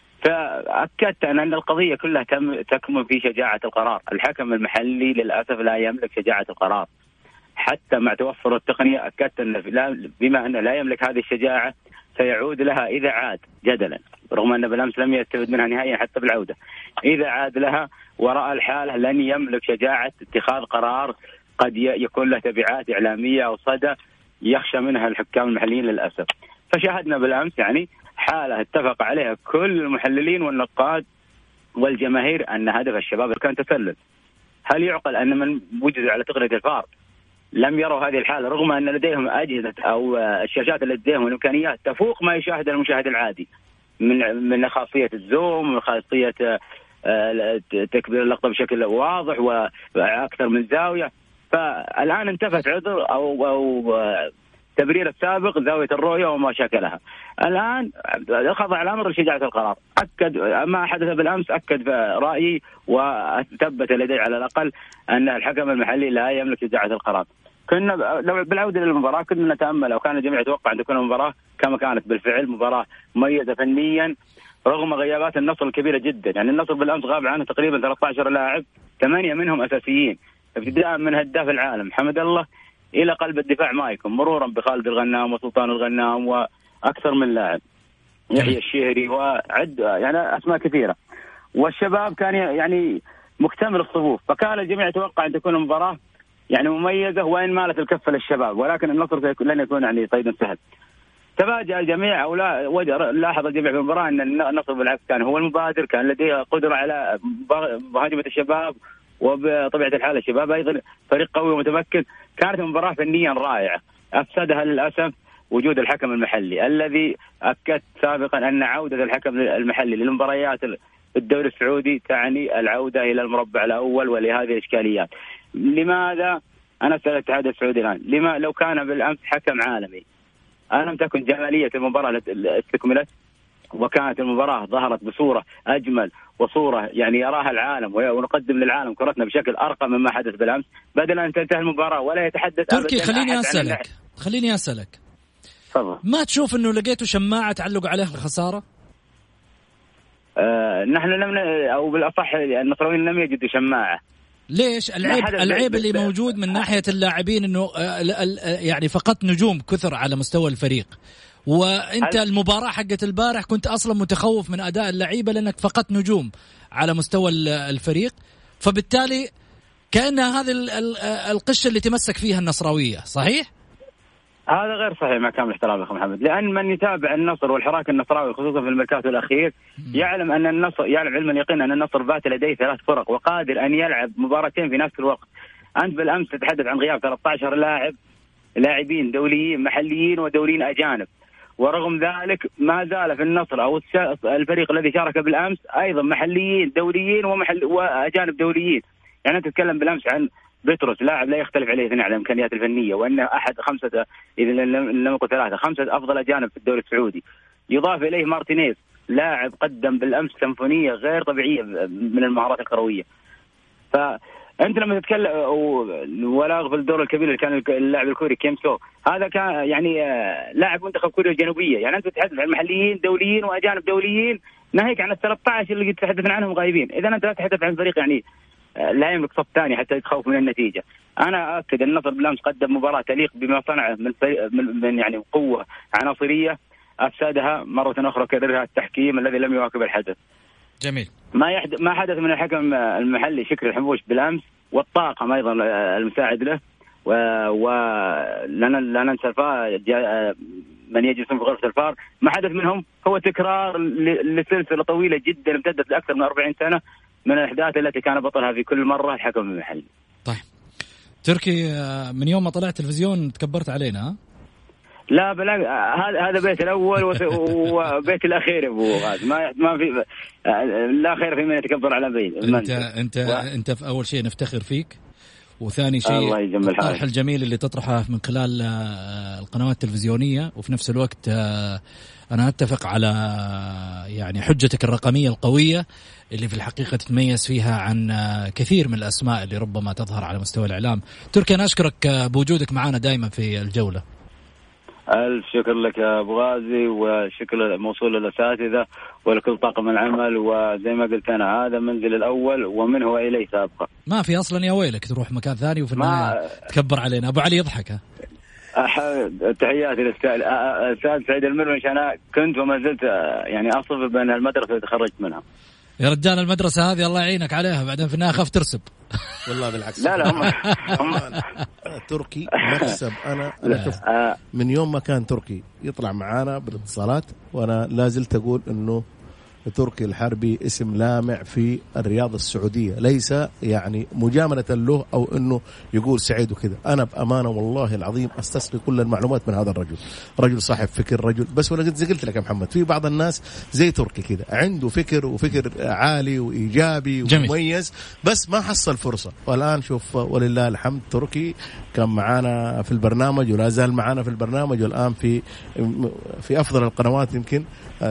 فأكدت أن القضية كلها تكمن في شجاعة القرار. الحكم المحلي للأسف لا يملك شجاعة القرار، حتى مع توفر التقنية. أكدت أن بما أنه لا يملك هذه الشجاعة سيعود لها إذا عاد جدلا، رغم أن بالأمس لم يستفد منها نهائيا حتى بالعودة. إذا عاد لها ورأى الحالة لن يملك شجاعة اتخاذ قرار قد يكون له تبعات إعلامية أو صدى يخشى منها الحكام المحليين للأسف. فشاهدنا بالأمس يعني حالة اتفق عليها كل المحللين والنقاد والجماهير أن هدف الشباب كان تسلل. هل يعقل أن من وجدوا على تقنية الفار لم يروا هذه الحالة، رغم أن لديهم أجهزة أو الشاشات اللي لديهم والإمكانيات تفوق ما يشاهد المشاهد العادي من خاصية الزوم، من خاصية تكبير اللقطة بشكل واضح وأكثر من زاوية؟ فالآن انتفت عذر أو تبرير السابق زاوية الرؤية وما شكلها. الآن خضع الأمر لشجاعة القرار. أكد ما حدث بالأمس، أكد رأيي وثبت لدي على الأقل أن الحكم المحلي لا يملك شجاعة القرار. كنا لو بالعودة للمباراة كنا نتأمل أو كان الجميع يتوقع أن تكون المباراة كما كانت بالفعل، مباراة مميزة فنيا رغم غيابات النصر الكبيرة جدا. يعني النصر بالأمس غاب عنه تقريبا 13 لاعب، 8 منهم أساسيين، ابتداء من هداف العالم محمد الله إلى قلب الدفاع مايكون، مرورا بخالد الغنام وسلطان الغنام وأكثر من لاعب، يحيى الشهري وعد يعني أسماء كثيرة. والشباب كان يعني مكتمل الصفوف، فكان الجميع يتوقع أن تكون المباراة يعني مميزة وإن مالت الكفة للشباب، ولكن النصر لن يكون يعني صيد سهل. تفاجأ الجميع أو لاحظ الجميع في المباراة أن النصر بالعكس كان هو المبادر، كان لديه قدرة على مهاجمة الشباب، وبطبيعة الحال الشباب أيضا فريق قوي ومتمكن. كانت المباراة فنيا رائعة، أفسدها للأسف وجود الحكم المحلي الذي أكدت سابقا أن عودة الحكم المحلي للمباريات الدوري السعودي تعني العودة إلى المربع الأول ولهذه الإشكاليات. لماذا؟ أنا أسأل الاتحاد السعودي الآن، لما لو كان بالأمس حكم عالمي ألم تكن جمالية المباراة استكملت وكانت المباراة ظهرت بصورة أجمل وصورة يعني يراها العالم ونقدم للعالم كرتنا بشكل أرقى مما حدث بالأمس، بدل أن تنتهي المباراة ولا يتحدث تركي. خليني أسألك طبعا. ما تشوف أنه لقيتوا شماعة تعلق عليها الخسارة؟ نحن لم أو بالأصح النصراويين لم يجدوا شماعة. ليش؟ العيب اللي موجود من ناحية اللاعبين أنه يعني فقط نجوم كثر على مستوى الفريق، وانت المباراة حقت البارح كنت اصلا متخوف من اداء اللعيبة لانك فقط نجوم على مستوى الفريق، فبالتالي كأن هذه القشة اللي تمسك فيها النصراوية. صحيح؟ هذا غير صحيح مع كامل احترامي اخي محمد، لان من يتابع النصر والحراك النصراوي خصوصا في الميركاتو الاخير يعلم ان النصر علم اليقين ان النصر بات لديه 3 فرق وقادر ان يلعب مباراتين في نفس الوقت. انت بالامس تتحدث عن غياب 13 لاعبين دوليين محليين ودوليين اجانب، ورغم ذلك ما زال في النصر او الفريق الذي شارك بالامس ايضا محليين دوليين واجانب دوليين. يعني انت تتكلم بالامس عن بطرس لاعب لا يختلف عليه اثنين على الامكانيات الفنيه، وانه احد 5 اذا لم يكن 3 5 افضل اجانب في الدوري السعودي. يضاف اليه مارتينيز لاعب قدم بالامس سيمفونيه غير طبيعيه من المهارات الكرويه. فانت لما تتكلم ولا في الدور الكبير اللي كان اللاعب الكوري كيم سو، هذا كان يعني لاعب منتخب كوريا الجنوبيه. يعني انت تتحدث عن محليين دوليين واجانب دوليين، ناهيك عن ال 13 اللي تتحدث عنهم غايبين. اذا انت لا تتحدث عن فريق يعني لا يملك صف ثاني حتى يتخوف من النتيجة. أنا أكد النصر بالأمس قدم مباراة تليق بما صنعه من يعني قوة عناصرية، أفسدها مرة أخرى كررها التحكيم الذي لم يواكب الحدث. جميل. ما حدث من الحكم المحلي شكري الحنبوش بالأمس والطاقم أيضا المساعد له، ولا ننسى من يجلسون في غرفة الفار، ما حدث منهم هو تكرار لسلسلة طويلة جدا امتدت لأكثر من 40 سنة من الأحداث التي كان بطلها في كل مرة الحكم المحلي. طيب تركي، من يوم ما طلعت تلفزيون تكبرت علينا؟ لا هذا بيت الأول وبيت الأخير يا أبو غاز، ما في لا خير في من يتكبر على بيت. أنت في أول شيء نفتخر فيك، وثاني شيء الطرح الجميل اللي تطرحه من خلال القنوات التلفزيونية، وفي نفس الوقت أنا أتفق على يعني حجتك الرقمية القوية اللي في الحقيقة تتميز فيها عن كثير من الأسماء اللي ربما تظهر على مستوى الإعلام. تركي أنا أشكرك بوجودك معنا دائما في الجولة. ألف شكر لك يا أبو غازي، وشكر موصول للأساتذة ولكل طاقم العمل. وزي ما قلت أنا هذا منزل الأول ومن هو إليه سابقا. ما في أصلا يا ويلك تروح مكان ثاني وفي النهاية تكبر علينا. أبو علي يضحك. تحياتي للأستاذ سعيد المرمش. أنا كنت وما زلت يعني أصف بين المدرسة اللي تخرجت منها. يا رجال المدرسة هذه الله يعينك عليها، بعدين في النهاية خاف ترسب. والله بالعكس. لا هم تركي مكسب. أنا شوف من يوم ما كان تركي يطلع معانا بالاتصالات، وأنا لازلت أقول إنه تركي الحربي اسم لامع في الرياضة السعودية، ليس يعني مجاملة له أو أنه يقول سعيد وكذا. أنا بأمانة والله العظيم أستسقي كل المعلومات من هذا الرجل، رجل صاحب فكر، رجل بس ولا زي قلت لك يا محمد، في بعض الناس زي تركي كذا عنده فكر وفكر عالي وإيجابي ومميز، بس ما حصل فرصة. والآن شوف ولله الحمد تركي كان معانا في البرنامج ولا زال معانا في البرنامج، والآن في أفضل القنوات يمكن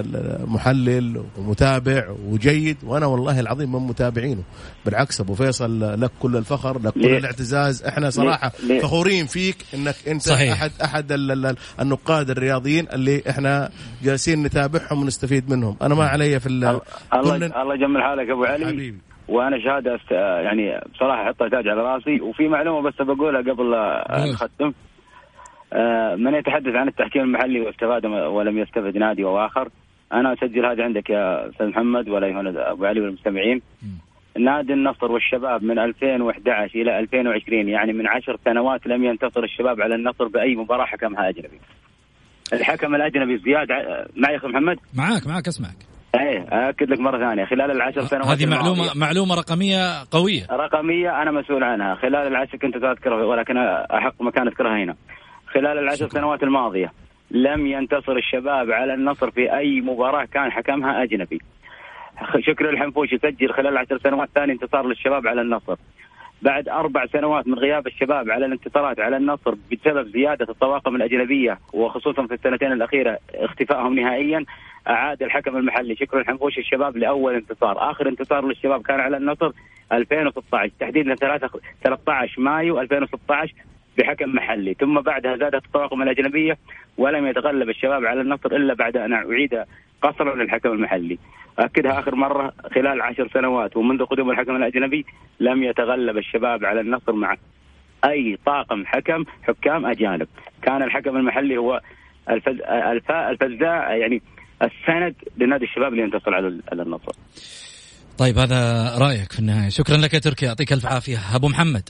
محلل ومتابع وجيد، وأنا والله العظيم من متابعينه. بالعكس أبو فيصل لك كل الفخر، لك كل الاعتزاز، احنا صراحة فخورين فيك انك انت صحيح. احد النقاد الرياضيين اللي احنا جالسين نتابعهم ونستفيد منهم. انا ما علي في الله يجمل حالك ابو علي حبيبي. وانا شهاده يعني بصراحه احطها تاج على راسي. وفي معلومه بس بقولها قبل نختم، من يتحدث عن التحكيم المحلي واستفاد ولم يستفد نادي واخر، انا اسجل هذا عندك يا استاذ محمد ولا يهون ابو علي والمستمعين. نادي النصر والشباب من 2011 إلى 2020 يعني من 10 سنوات لم ينتصر الشباب على النصر بأي مباراة حكمها أجنبي. الحكم الأجنبي زياد معي يا أخي محمد؟ معاك أسمعك. ايه أكد لك مرة ثانية، خلال ال10 سنوات هذه معلومة رقمية قوية، رقمية أنا مسؤول عنها. خلال العشر كنت تذكرها ولكن أحق مكان أذكرها هنا. خلال ال10 سنوات الماضية لم ينتصر الشباب على النصر في أي مباراة كان حكمها أجنبي. شكر الحنفوش يسجل خلال 10 سنوات ثاني انتصار للشباب على النصر. بعد 4 سنوات من غياب الشباب على الانتصارات على النصر بسبب زيادة الطواقم الأجنبية وخصوصا في السنتين الأخيرة اختفائهم نهائيا، أعاد الحكم المحلي شكر الحنفوش الشباب لأول انتصار. آخر انتصار للشباب كان على النصر 2016 تحديدا 13 مايو 2016 بحكم محلي. ثم بعدها زادت الطواقم الأجنبية ولم يتغلب الشباب على النصر إلا بعد أن أعيد قصرا للحكم المحلي. أكدها آخر مرة خلال 10 سنوات ومنذ قدوم الحكم الأجنبي لم يتغلب الشباب على النصر مع أي طاقم حكام أجانب. كان الحكم المحلي هو الفزاع يعني السند لنادي الشباب اللي ينتصر على النصر. طيب هذا رأيك في النهاية. شكرا لك يا تركي، يعطيك الف عافية. أبو محمد،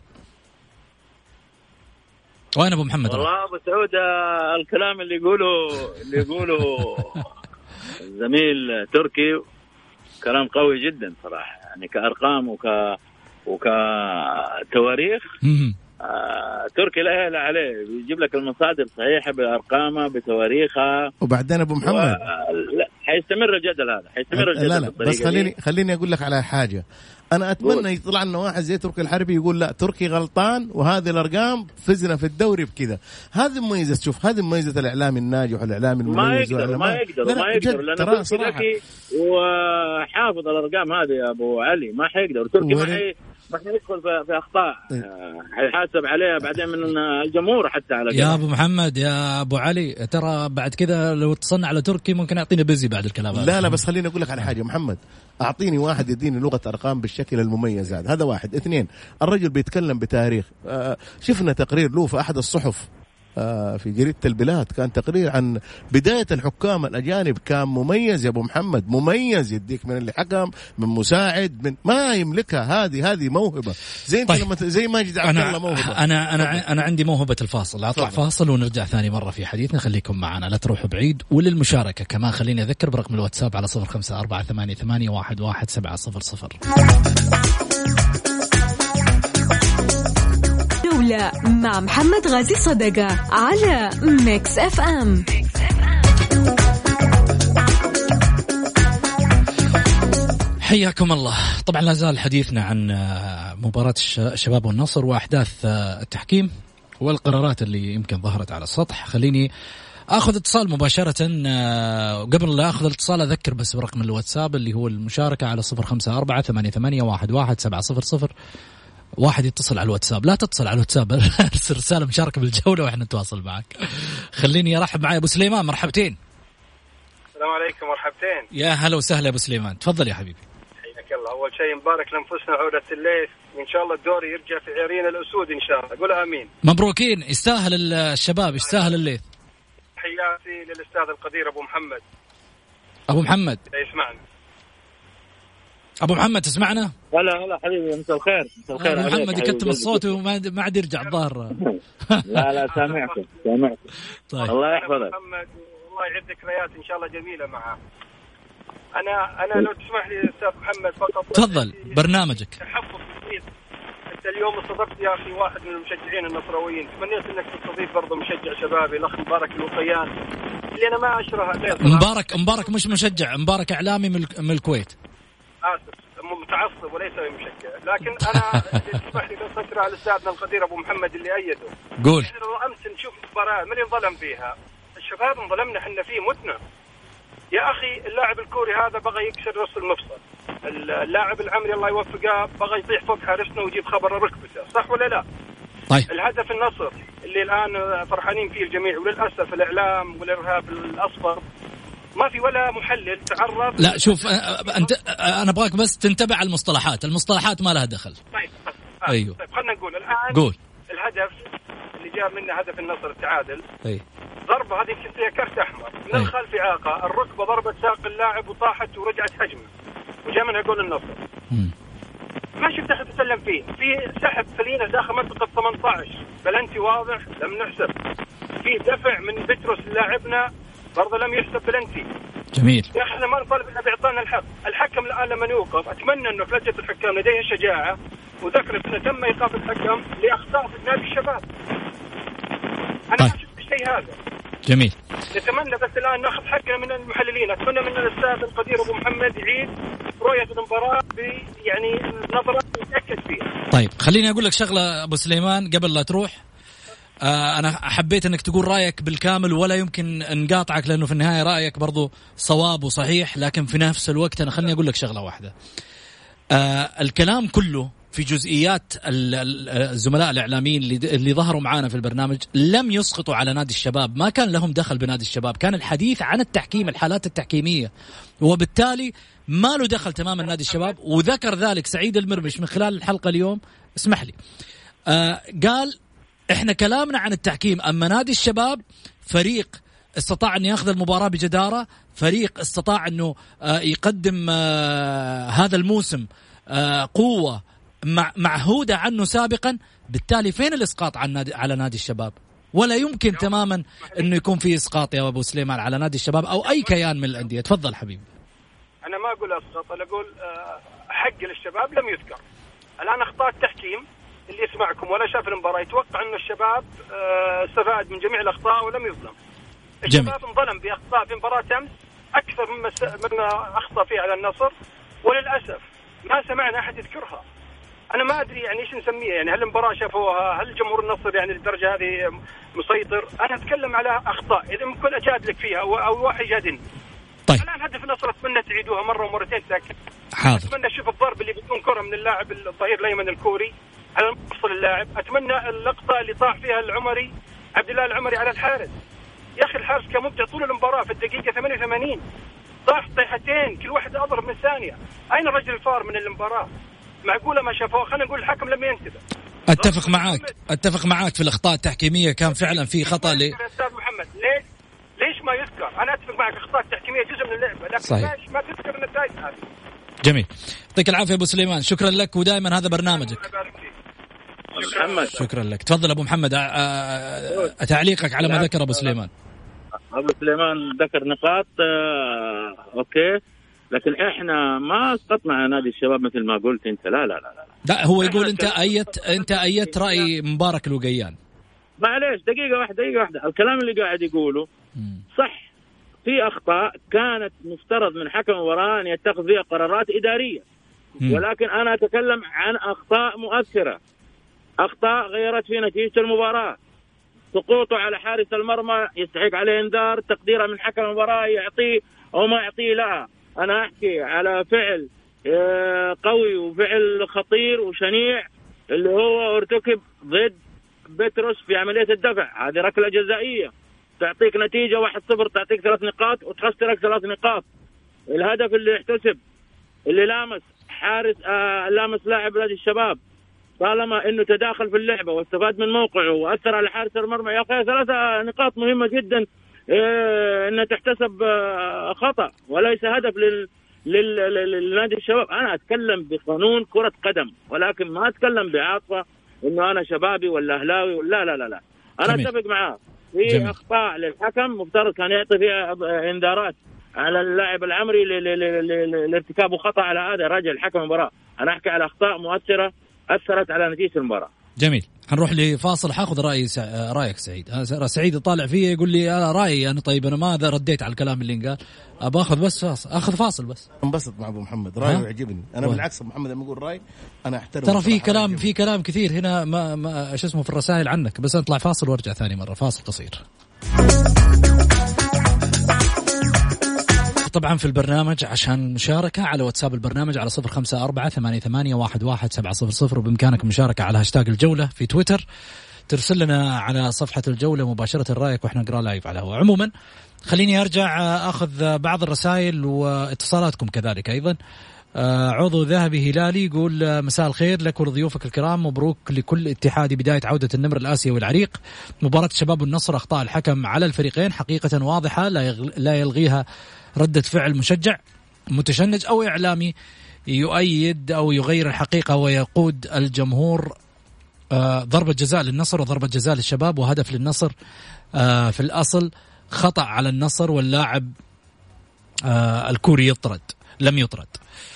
وين أبو محمد؟ والله أبو سعود الكلام اللي يقوله زميل تركي كلام قوي جدا صراحة، يعني كأرقام وكتواريخ تركي لا يهلا عليه، بيجيب لك المصادر صحيحة بأرقامها بتواريخها. وبعدين أبو محمد لا حيستمر الجدل هذا، حيستمر الجدل. لا بس خليني أقول لك على حاجة. أنا أتمنى يطلع لنا واحد زي تركي الحربي يقول لا تركي غلطان وهذه الأرقام فزنا في الدوري بكذا. هذه مميزة، شوف هذه مميزة الإعلام الناجح والإعلام المميز. ما يقدر لأن تركي ذكي وحافظ الأرقام هذه يا أبو علي. ما حيقدر تركي ما حيدخل في أخطاء حيحاسب عليها بعدين من الجمهور حتى على يا أبو محمد يا أبو علي. ترى بعد كذا لو اتصلنا على تركي ممكن يعطينا بزي بعد الكلام هذا. لا بس خليني أقول لك على حاجة محمد، أعطيني واحد يديني لغة أرقام بالشكل المميز هذا واحد. 2 الرجل بيتكلم بتاريخ. شفنا تقرير له في أحد الصحف في جريدة البلاد، كان تقرير عن بداية الحكام الأجانب، كان مميز يا أبو محمد، مميز. يديك من اللي حكم، من مساعد، من ما يملكها. هذه موهبة زي انت. طيب. زي ماجد عبد الله موهبة. أنا عندي موهبة الفاصل. أطلع فاصل ونرجع ثاني مرة في حديثنا. خليكم معنا لا تروحوا بعيد. وللمشاركة كمان خليني أذكر برقم الواتساب على 0548811700. مع محمد غازي صدقة على ميكس اف ام. حياكم الله. طبعا لا زال حديثنا عن مباراة الشباب والنصر وأحداث التحكيم والقرارات اللي يمكن ظهرت على السطح. خليني أخذ اتصال مباشرة. قبل لا أخذ الاتصال أذكر بس برقم الواتساب اللي هو المشاركة على 0548811700. واحد يتصل على الواتساب، لا تتصل على الواتساب، ارسل رسالة مشاركة بالجولة وإحنا نتواصل معك. خليني أرحب معي أبو سليمان. مرحبتين. السلام عليكم. مرحبتين. يا هلا وسهلا يا أبو سليمان، تفضل يا حبيبي. حياك الله. أول شيء مبارك لنفسنا عودة الليث، وإن شاء الله الدوري يرجع في عيرين الأسود إن شاء الله. قول آمين. مبروكين، يستاهل الشباب، يستاهل الليث. حياتي للأستاذ القدير أبو محمد. أبو محمد يسمعنا؟ أبو محمد تسمعنا؟ هلا حبيبي، مساء الخير. أبو محمد يكتم الصوت وما عاد يرجع الظاهر. لا سامعكم. طيب الله يحفظك محمد، والله يعيد ذكريات إن شاء الله جميلة معه. انا لو تسمح لي استاذ محمد فقط تفضل برنامجك. تحفظ بسيط. انت اليوم استضفت يا اخي واحد من المشجعين النصراويين، تمنيت انك تستضيف برضه مشجع شبابي الاخ مبارك الوقيان اللي انا ما اشره عليه. مبارك مش مشجع، مبارك اعلامي من الكويت. اسف متعصب وليس مشجع، لكن انا تسمح لي بس اشرح على استاذنا القدير ابو محمد اللي ايده. قول. امس نشوف مباراه من انظلم فيها الشباب، انظلمنا احنا فيه متنا يا اخي. اللاعب الكوري هذا بغى يكسر نص المفصل، اللاعب العمري الله يوفقه بغى يطيح فوق حارسنا ويجيب خبر ركبته، صح ولا لا؟ طيب. الهدف النصر اللي الان فرحانين فيه الجميع، وللاسف الاعلام والارهاب الاصفر ما في ولا محلل تعرض. لا شوف انت، انا ابغاك بس تنتبه على المصطلحات ما لها دخل. طيب ايوه. طيب خلينا نقول الان. قول. الهدف اللي جاء منه هدف النصر التعادل. اي. ضربه هذه فيها كرت احمر من الخلف، اعاقه، الركبه ضربت ساق اللاعب وطاحت ورجعت هجمه وجاء منها جول النصر. ما شفت احد يتكلم فيه، في سحب فلينا داخل منطقه 18 بلنتي واضح لم نحسب، في دفع من بتروس لاعبنا برضه لم يحسب بلنتي. جميل يا اخي احنا ما نطالب انه بيعطانا الحق. الحكم الان لما يوقف اتمنى انه في لجنه الحكام لديه شجاعه وذكرت انه تم ايقاف الحكم لاخطاء في نادي الشباب. انا ما شفت الشيء هذا. جميل. نتمنى بس الان ناخذ حقنا من المحللين، اتمنى من الاستاذ القدير ابو محمد يعيد رؤيه المباراه يعني نظره يتاكد فيها. طيب خليني اقول لك شغله ابو سليمان قبل لا تروح. أنا حبيت أنك تقول رأيك بالكامل ولا يمكن نقاطعك، لأنه في النهاية رأيك برضو صواب وصحيح، لكن في نفس الوقت أنا خليني أقول لك شغلة واحدة. الكلام كله في جزئيات الزملاء الإعلاميين اللي ظهروا معانا في البرنامج لم يسقطوا على نادي الشباب، ما كان لهم دخل بنادي الشباب، كان الحديث عن التحكيم، الحالات التحكيمية، وبالتالي ما له دخل تماما نادي الشباب. وذكر ذلك سعيد المرمش من خلال الحلقة اليوم، اسمح لي، قال احنا كلامنا عن التحكيم، اما نادي الشباب فريق استطاع ان ياخذ المباراة بجدارة، فريق استطاع انه يقدم هذا الموسم قوة معهودة عنه سابقا، بالتالي فين الاسقاط على نادي الشباب؟ ولا يمكن تماما انه يكون في اسقاط يا ابو سليمان على نادي الشباب او اي كيان من الاندية. تفضل حبيبي. انا ما اقول اسقاط، انا اقول حق للشباب لم يذكر. الان اخطاء التحكيم اللي يسمعكم ولا شاف المباراة يتوقع أن الشباب استفاد من جميع الأخطاء ولم يظلم. الشباب انظلم بأخطاء في مباراة أمس أكثر مما أخطأ فيها على النصر، وللأسف ما سمعنا أحد يذكرها. أنا ما أدري يعني إيش نسميها، يعني هل المباراة شافوها؟ هل جمهور النصر يعني للدرجة هذه مسيطر؟ أنا أتكلم على أخطاء، إذا ممكن أجادلك فيها أو واحد يجادلني. طيب. الآن هدف النصر أتمنى تعيدوها مرة ومرتين ساكن. حاضر. أتمنى أشوف الضرب اللي بيكون كرة من اللاعب الظهير الأيمن الكوري على مفصل اللاعب. أتمنى اللقطة اللي طاح فيها العمري عبد الله العمري على الحارس. يا أخي الحارس كان مبدع طول المباراة، في الدقيقة 88 طاح طيحتين كل واحد أضرب من ثانية. أين الرجل الفار من المباراة؟ معقولة ما شافوه؟ خلينا نقول الحكم لم ينتبه. أتفق معك في الأخطاء التحكيمية، كان فعلا في خطأ يا أستاذ محمد. ليش ما يذكر؟ أنا أتفق معك، أخطاء التحكيمية جزء من اللعبة، لكن صحيح. ما تذكر النتائج هذه. جميل، يعطيك العافية أبو سليمان، شكرا لك، ودائما هذا برنامجك. محمد. شكرا لك. تفضل أبو محمد، تعليقك على ما ذكر أبو سليمان. أبو سليمان ذكر نقاط أوكي، لكن إحنا ما اسقطنا على نادي الشباب مثل ما قلت أنت. لا هو يقول أنت أيت رأي مبارك الوقيان. معليش دقيقة واحدة. الكلام اللي قاعد يقوله صح، في أخطاء كانت مفترض من حكم المباراة أن يتخذ فيها قرارات إدارية، ولكن أنا أتكلم عن أخطاء مؤثرة، أخطاء غيرت في نتيجة المباراة. سقوطه على حارس المرمى يستحق عليه انذار، تقديره من حكم المباراة يعطيه أو ما يعطيه. لا، أنا أحكي على فعل قوي وفعل خطير وشنيع اللي هو ارتكب ضد بتروس في عملية الدفع. هذه ركلة جزائية تعطيك نتيجة 1-0، تعطيك 3 نقاط وتخسرك 3 نقاط. الهدف اللي احتسب اللي لامس حارس لامس لاعب نادي الشباب، طالما انه تداخل في اللعبة واستفاد من موقعه واثر على حارس المرمى، يا اخي 3 نقاط مهمة جدا انها تحتسب خطأ وليس هدف للنادي الشباب. انا اتكلم بقانون كرة قدم، ولكن ما اتكلم بعاطفة انه انا شبابي ولا اهلاوي. لا انا اتفق معاه في أخطاء للحكم مفترض كان يعطي فيها انذارات على اللاعب العمري لارتكاب خطأ على هذا رجل حكم المباراة. أنا أحكي على أخطاء مؤثرة أثرت على نتيجة المباراة. جميل. هنروح لفاصل. حاخذ رأيك سعيد. سعيد يطالع فيه يقول لي أنا رأيي أنا. طيب أنا ماذا رديت على الكلام اللي انقال؟ أخذ بس أخذ فاصل بس. انبسط مع أبو محمد رأيه يعجبني. أنا بالعكس أبو محمد لما يقول رأي أنا أحترم. ترى في كلام كثير هنا ما شو اسمه في الرسائل عنك. بس نطلع فاصل وارجع ثاني مرة. فاصل قصير. طبعا في البرنامج عشان مشاركة على واتساب البرنامج على 0548811700 وبإمكانك مشاركة على هاشتاج الجولة في تويتر. ترسل لنا على صفحة الجولة مباشرة رأيك وإحنا نقرأ لايف على الهواء. عموما خليني أرجع أخذ بعض الرسائل واتصالاتكم كذلك أيضا. عضو ذهبي هلالي يقول مساء الخير لك ولضيوفك الكرام. مبروك لكل اتحادي بداية عودة النمر الآسيوي العريق. مباراة الشباب والنصر أخطاء الحكم على الفريقين حقيقة واضحة لا يلغيها ردة فعل مشجع متشنج أو إعلامي يؤيد أو يغير الحقيقة ويقود الجمهور. ضربة جزاء للنصر وضربة جزاء للشباب وهدف للنصر. في الأصل خطأ على النصر واللاعب الكوري لم يطرد.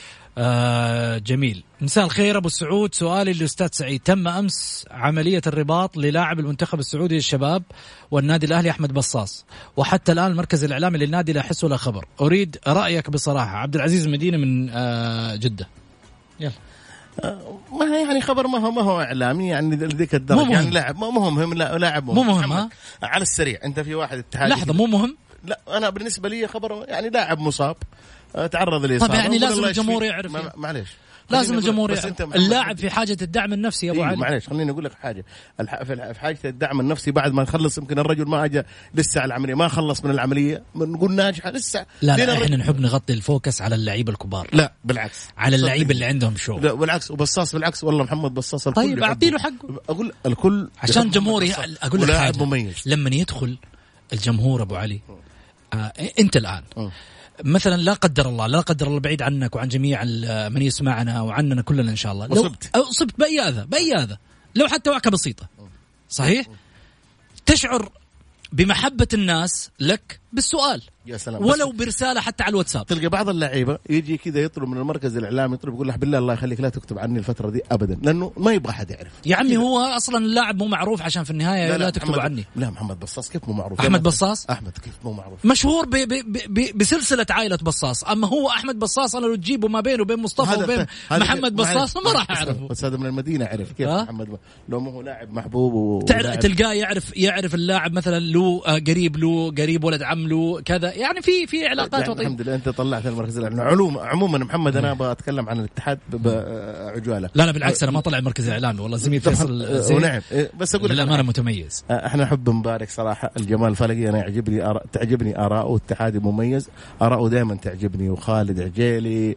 جميل. مساء الخير أبو السعود. سؤالي للأستاذ سعيد. تم أمس عملية الرباط للاعب المنتخب السعودي للشباب والنادي الأهلي أحمد بصاص وحتى الآن المركز الإعلامي للنادي لا حس ولا خبر. أريد رأيك بصراحة. عبد العزيز المدينة من جدة. يلا. ما يعني خبر ما هو إعلامي يعني ذيك الدرجة يعني لاعب مو مهم. لاعب مو مهم. على السريع أنت في واحد اتحاد لحظة مو مهم. لا أنا بالنسبة لي خبر يعني لاعب مصاب تعرض لإصابة. طب يعني لازم الجمهور يعرف. معليش لازم الجمهور يعرف. اللاعب في حاجة الدعم النفسي يا أبو علي. معليش خليني أقول لك حاجة. في حاجة الدعم النفسي بعد ما نخلص يمكن الرجل ما أجى لسه على العملية ما خلص من العملية نقول ناجحة لسه. لا إحنا نحب نغطي الفوكس على اللعيبة الكبار. لا بالعكس على اللعيبة اللي عندهم شو. لا بالعكس وبصاص بالعكس والله محمد بصاص الكل. طيب أعطيله حقه. أقول الكل عشان جمهوري. أقول لك حاجة مميز. لما يدخل الجمهور أبو علي أنت الآن مثلا لا قدر الله بعيد عنك وعن جميع من يسمعنا وعننا كلنا إن شاء الله لو أصبت بأي هذا لو حتى وعكة بسيطة صحيح تشعر بمحبة الناس لك بالسؤال يا سلام. ولو برسالة حتى على الواتساب. تلقى بعض اللعيبة يجي كذا يطلب من المركز الإعلامي يقول له بالله الله يخليك لا تكتب عني الفترة دي أبدا لأنه ما يبغى حد يعرف. يا عمي هو أصلا اللاعب مو معروف عشان في النهاية لا تكتب عني. لا محمد بصاص كيف مو معروف؟ أحمد بصاص أحمد كيف مو معروف؟ مشهور بسلسلة عائلة بصاص. أما هو أحمد بصاص أنا لو تجيبه ما بينه وبين مصطفى وبين محمد بصاص ما راح أعرفه. بس هذا من المدينة عرف كيف محمد لو ما هو لاعب محبوب تلقاه يعرف اللاعب مثلا له قريب ولد عم له كذا يعني في علاقات يعني الحمد لله أنت طلعت المركز الإعلامي. عموما محمد أنا أبغى أتكلم عن الاتحاد بعجالة. لا بالعكس أنا ما طلع المركز الإعلامي والله زميل فيصل ونعم بس أقول لك أنا متميز. إحنا نحب نبارك صراحة الجمال الفلقي. أنا تعجبني آراءه. اتحادي مميز آراءه دائما تعجبني. وخالد عجيلي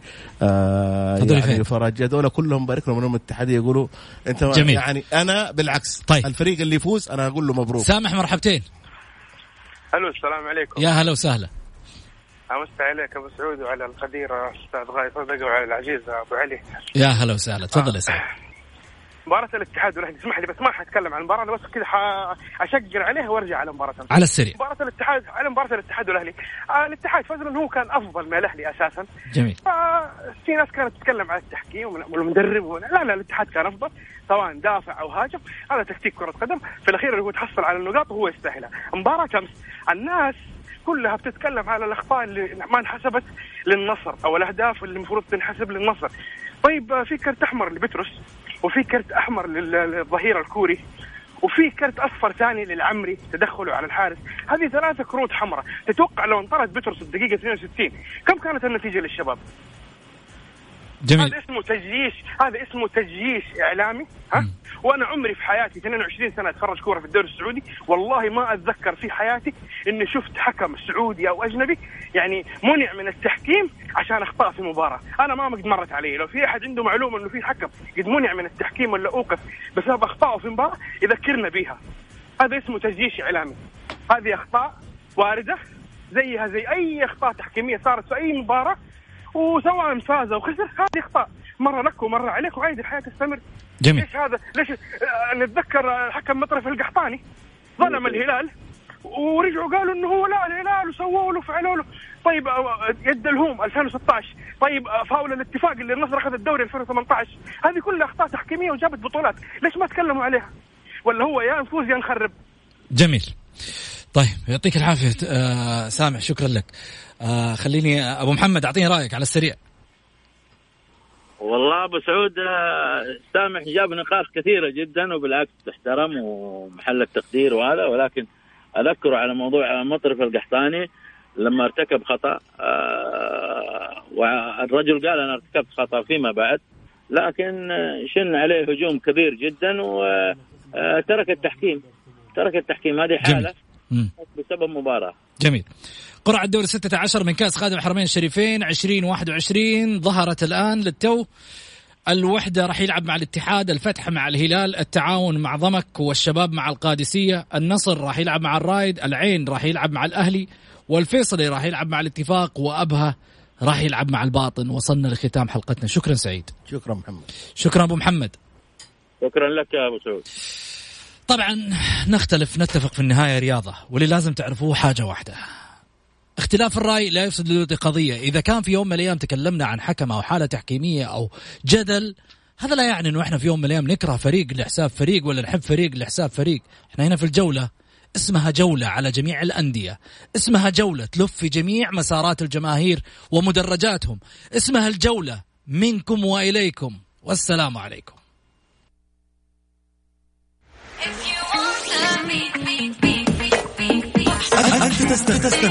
يعني فرج هذول كلهم بارك لهم انهم اتحادية يقولوا انت جميل. يعني أنا بالعكس طيب. الفريق اللي يفوز أنا أقول له مبروك. سامح مرحبتين. الو السلام عليكم. يا هلا وسهلا. امسي عليك ابو سعود وعلى القدير استاذ غاية صدقة وعلى العزيز ابو علي. يا هلا وسهلا. تفضل يا سيدي. مباراة الاتحاد والاهلي اسمح لي بس ما حتكلم عن المباراة انا بس كذا اشقر عليها وارجع على مباراة على السريع. مباراة الاتحاد والاهلي. الاتحاد فاز لانه هو كان افضل من الاهلي اساسا. جميل. في ناس كانت تتكلم على التحكيم والمدرب لا الاتحاد كان افضل سواء دافع او هاجم. هذا تكتيك كرة قدم في الاخير هو تحصل على النقاط وهو يستاهلها. مباراة امس الناس كلها بتتكلم على الاخطاء اللي ما انحسبت للنصر او الاهداف اللي المفروض تنحسب للنصر. طيب في كرت احمر لبتروس وفي كرت احمر للظهير الكوري وفي كرت اصفر ثاني للعمري تدخله على الحارس. هذه 3 كروت حمراء. تتوقع لو انطرد بتروس الدقيقة 62 كم كانت النتيجة للشباب؟ جميل. هذا اسمه تجييش إعلامي. وأنا عمري في حياتي 22 سنة أتفرج كورة في الدوري السعودي والله ما أتذكر في حياتي إني شفت حكم سعودي أو أجنبي يعني منع من التحكيم عشان أخطأ في مباراة. أنا ما قد مرت عليه. لو في أحد عنده معلومة إنه في حكم قد منع من التحكيم ولا أوقف بسبب أخطاءه في مباراة يذكرنا بيها. هذا اسمه تجييش إعلامي. هذه أخطاء واردة زيها زي أي أخطاء تحكيمية صارت في أي مباراة وسواء فاز أو خسر. هذه أخطاء مرة لك ومرة عليك وعادي الحياة تستمر. جميل. ليش هذا؟ ليش نتذكر الحكم مطرف القحطاني ظلم الهلال ورجعوا قالوا إنه هو لا الهلال وسووا له وفعلوا له. طيب يد الهوم 2016، طيب فاول الاتفاق اللي النصر اخذ الدوري 2018، هذه كلها اخطاء تحكيميه وجابت بطولات، ليش ما تكلموا عليها؟ ولا هو يا نفوز يا نخرب. جميل. طيب يعطيك العافيه سامح، شكرا لك. خليني ابو محمد اعطيني رايك على السريع. والله ابو سعود سامح جاب نقاط كثيره جدا وبالعكس تحترم ومحل التقدير وهذا، ولكن اذكره على موضوع مطرف القحطاني لما ارتكب خطا، والرجل قال انا ارتكبت خطا فيما بعد، لكن شن عليه هجوم كبير جدا وترك التحكيم. هذه حاله بسبب مباراه. جميل. قرعة الدور 16 من كأس خادم الحرمين الشريفين 2021 ظهرت الآن للتو. الوحدة راح يلعب مع الاتحاد، الفتح مع الهلال، التعاون مع ضمك والشباب مع القادسية، النصر راح يلعب مع الرايد، العين راح يلعب مع الأهلي، والفيصلي راح يلعب مع الاتفاق، وأبها راح يلعب مع الباطن. وصلنا لختام حلقتنا. شكرا سعيد. شكرا محمد. شكرا أبو محمد. شكرا لك يا أبو سعود. طبعا نتفق في النهاية رياضة، واللي لازم تعرفوه حاجة واحدة: اختلاف الرأي لا يفسد للود قضية. إذا كان في يوم من الأيام تكلمنا عن حكم أو حالة تحكيمية أو جدل، هذا لا يعني أنه إحنا في يوم من الأيام نكره فريق لحساب فريق ولا نحب فريق لحساب فريق. إحنا هنا في الجولة اسمها جولة على جميع الأندية، اسمها جولة تلف في جميع مسارات الجماهير ومدرجاتهم، اسمها الجولة منكم وإليكم، والسلام عليكم. أنت تستمع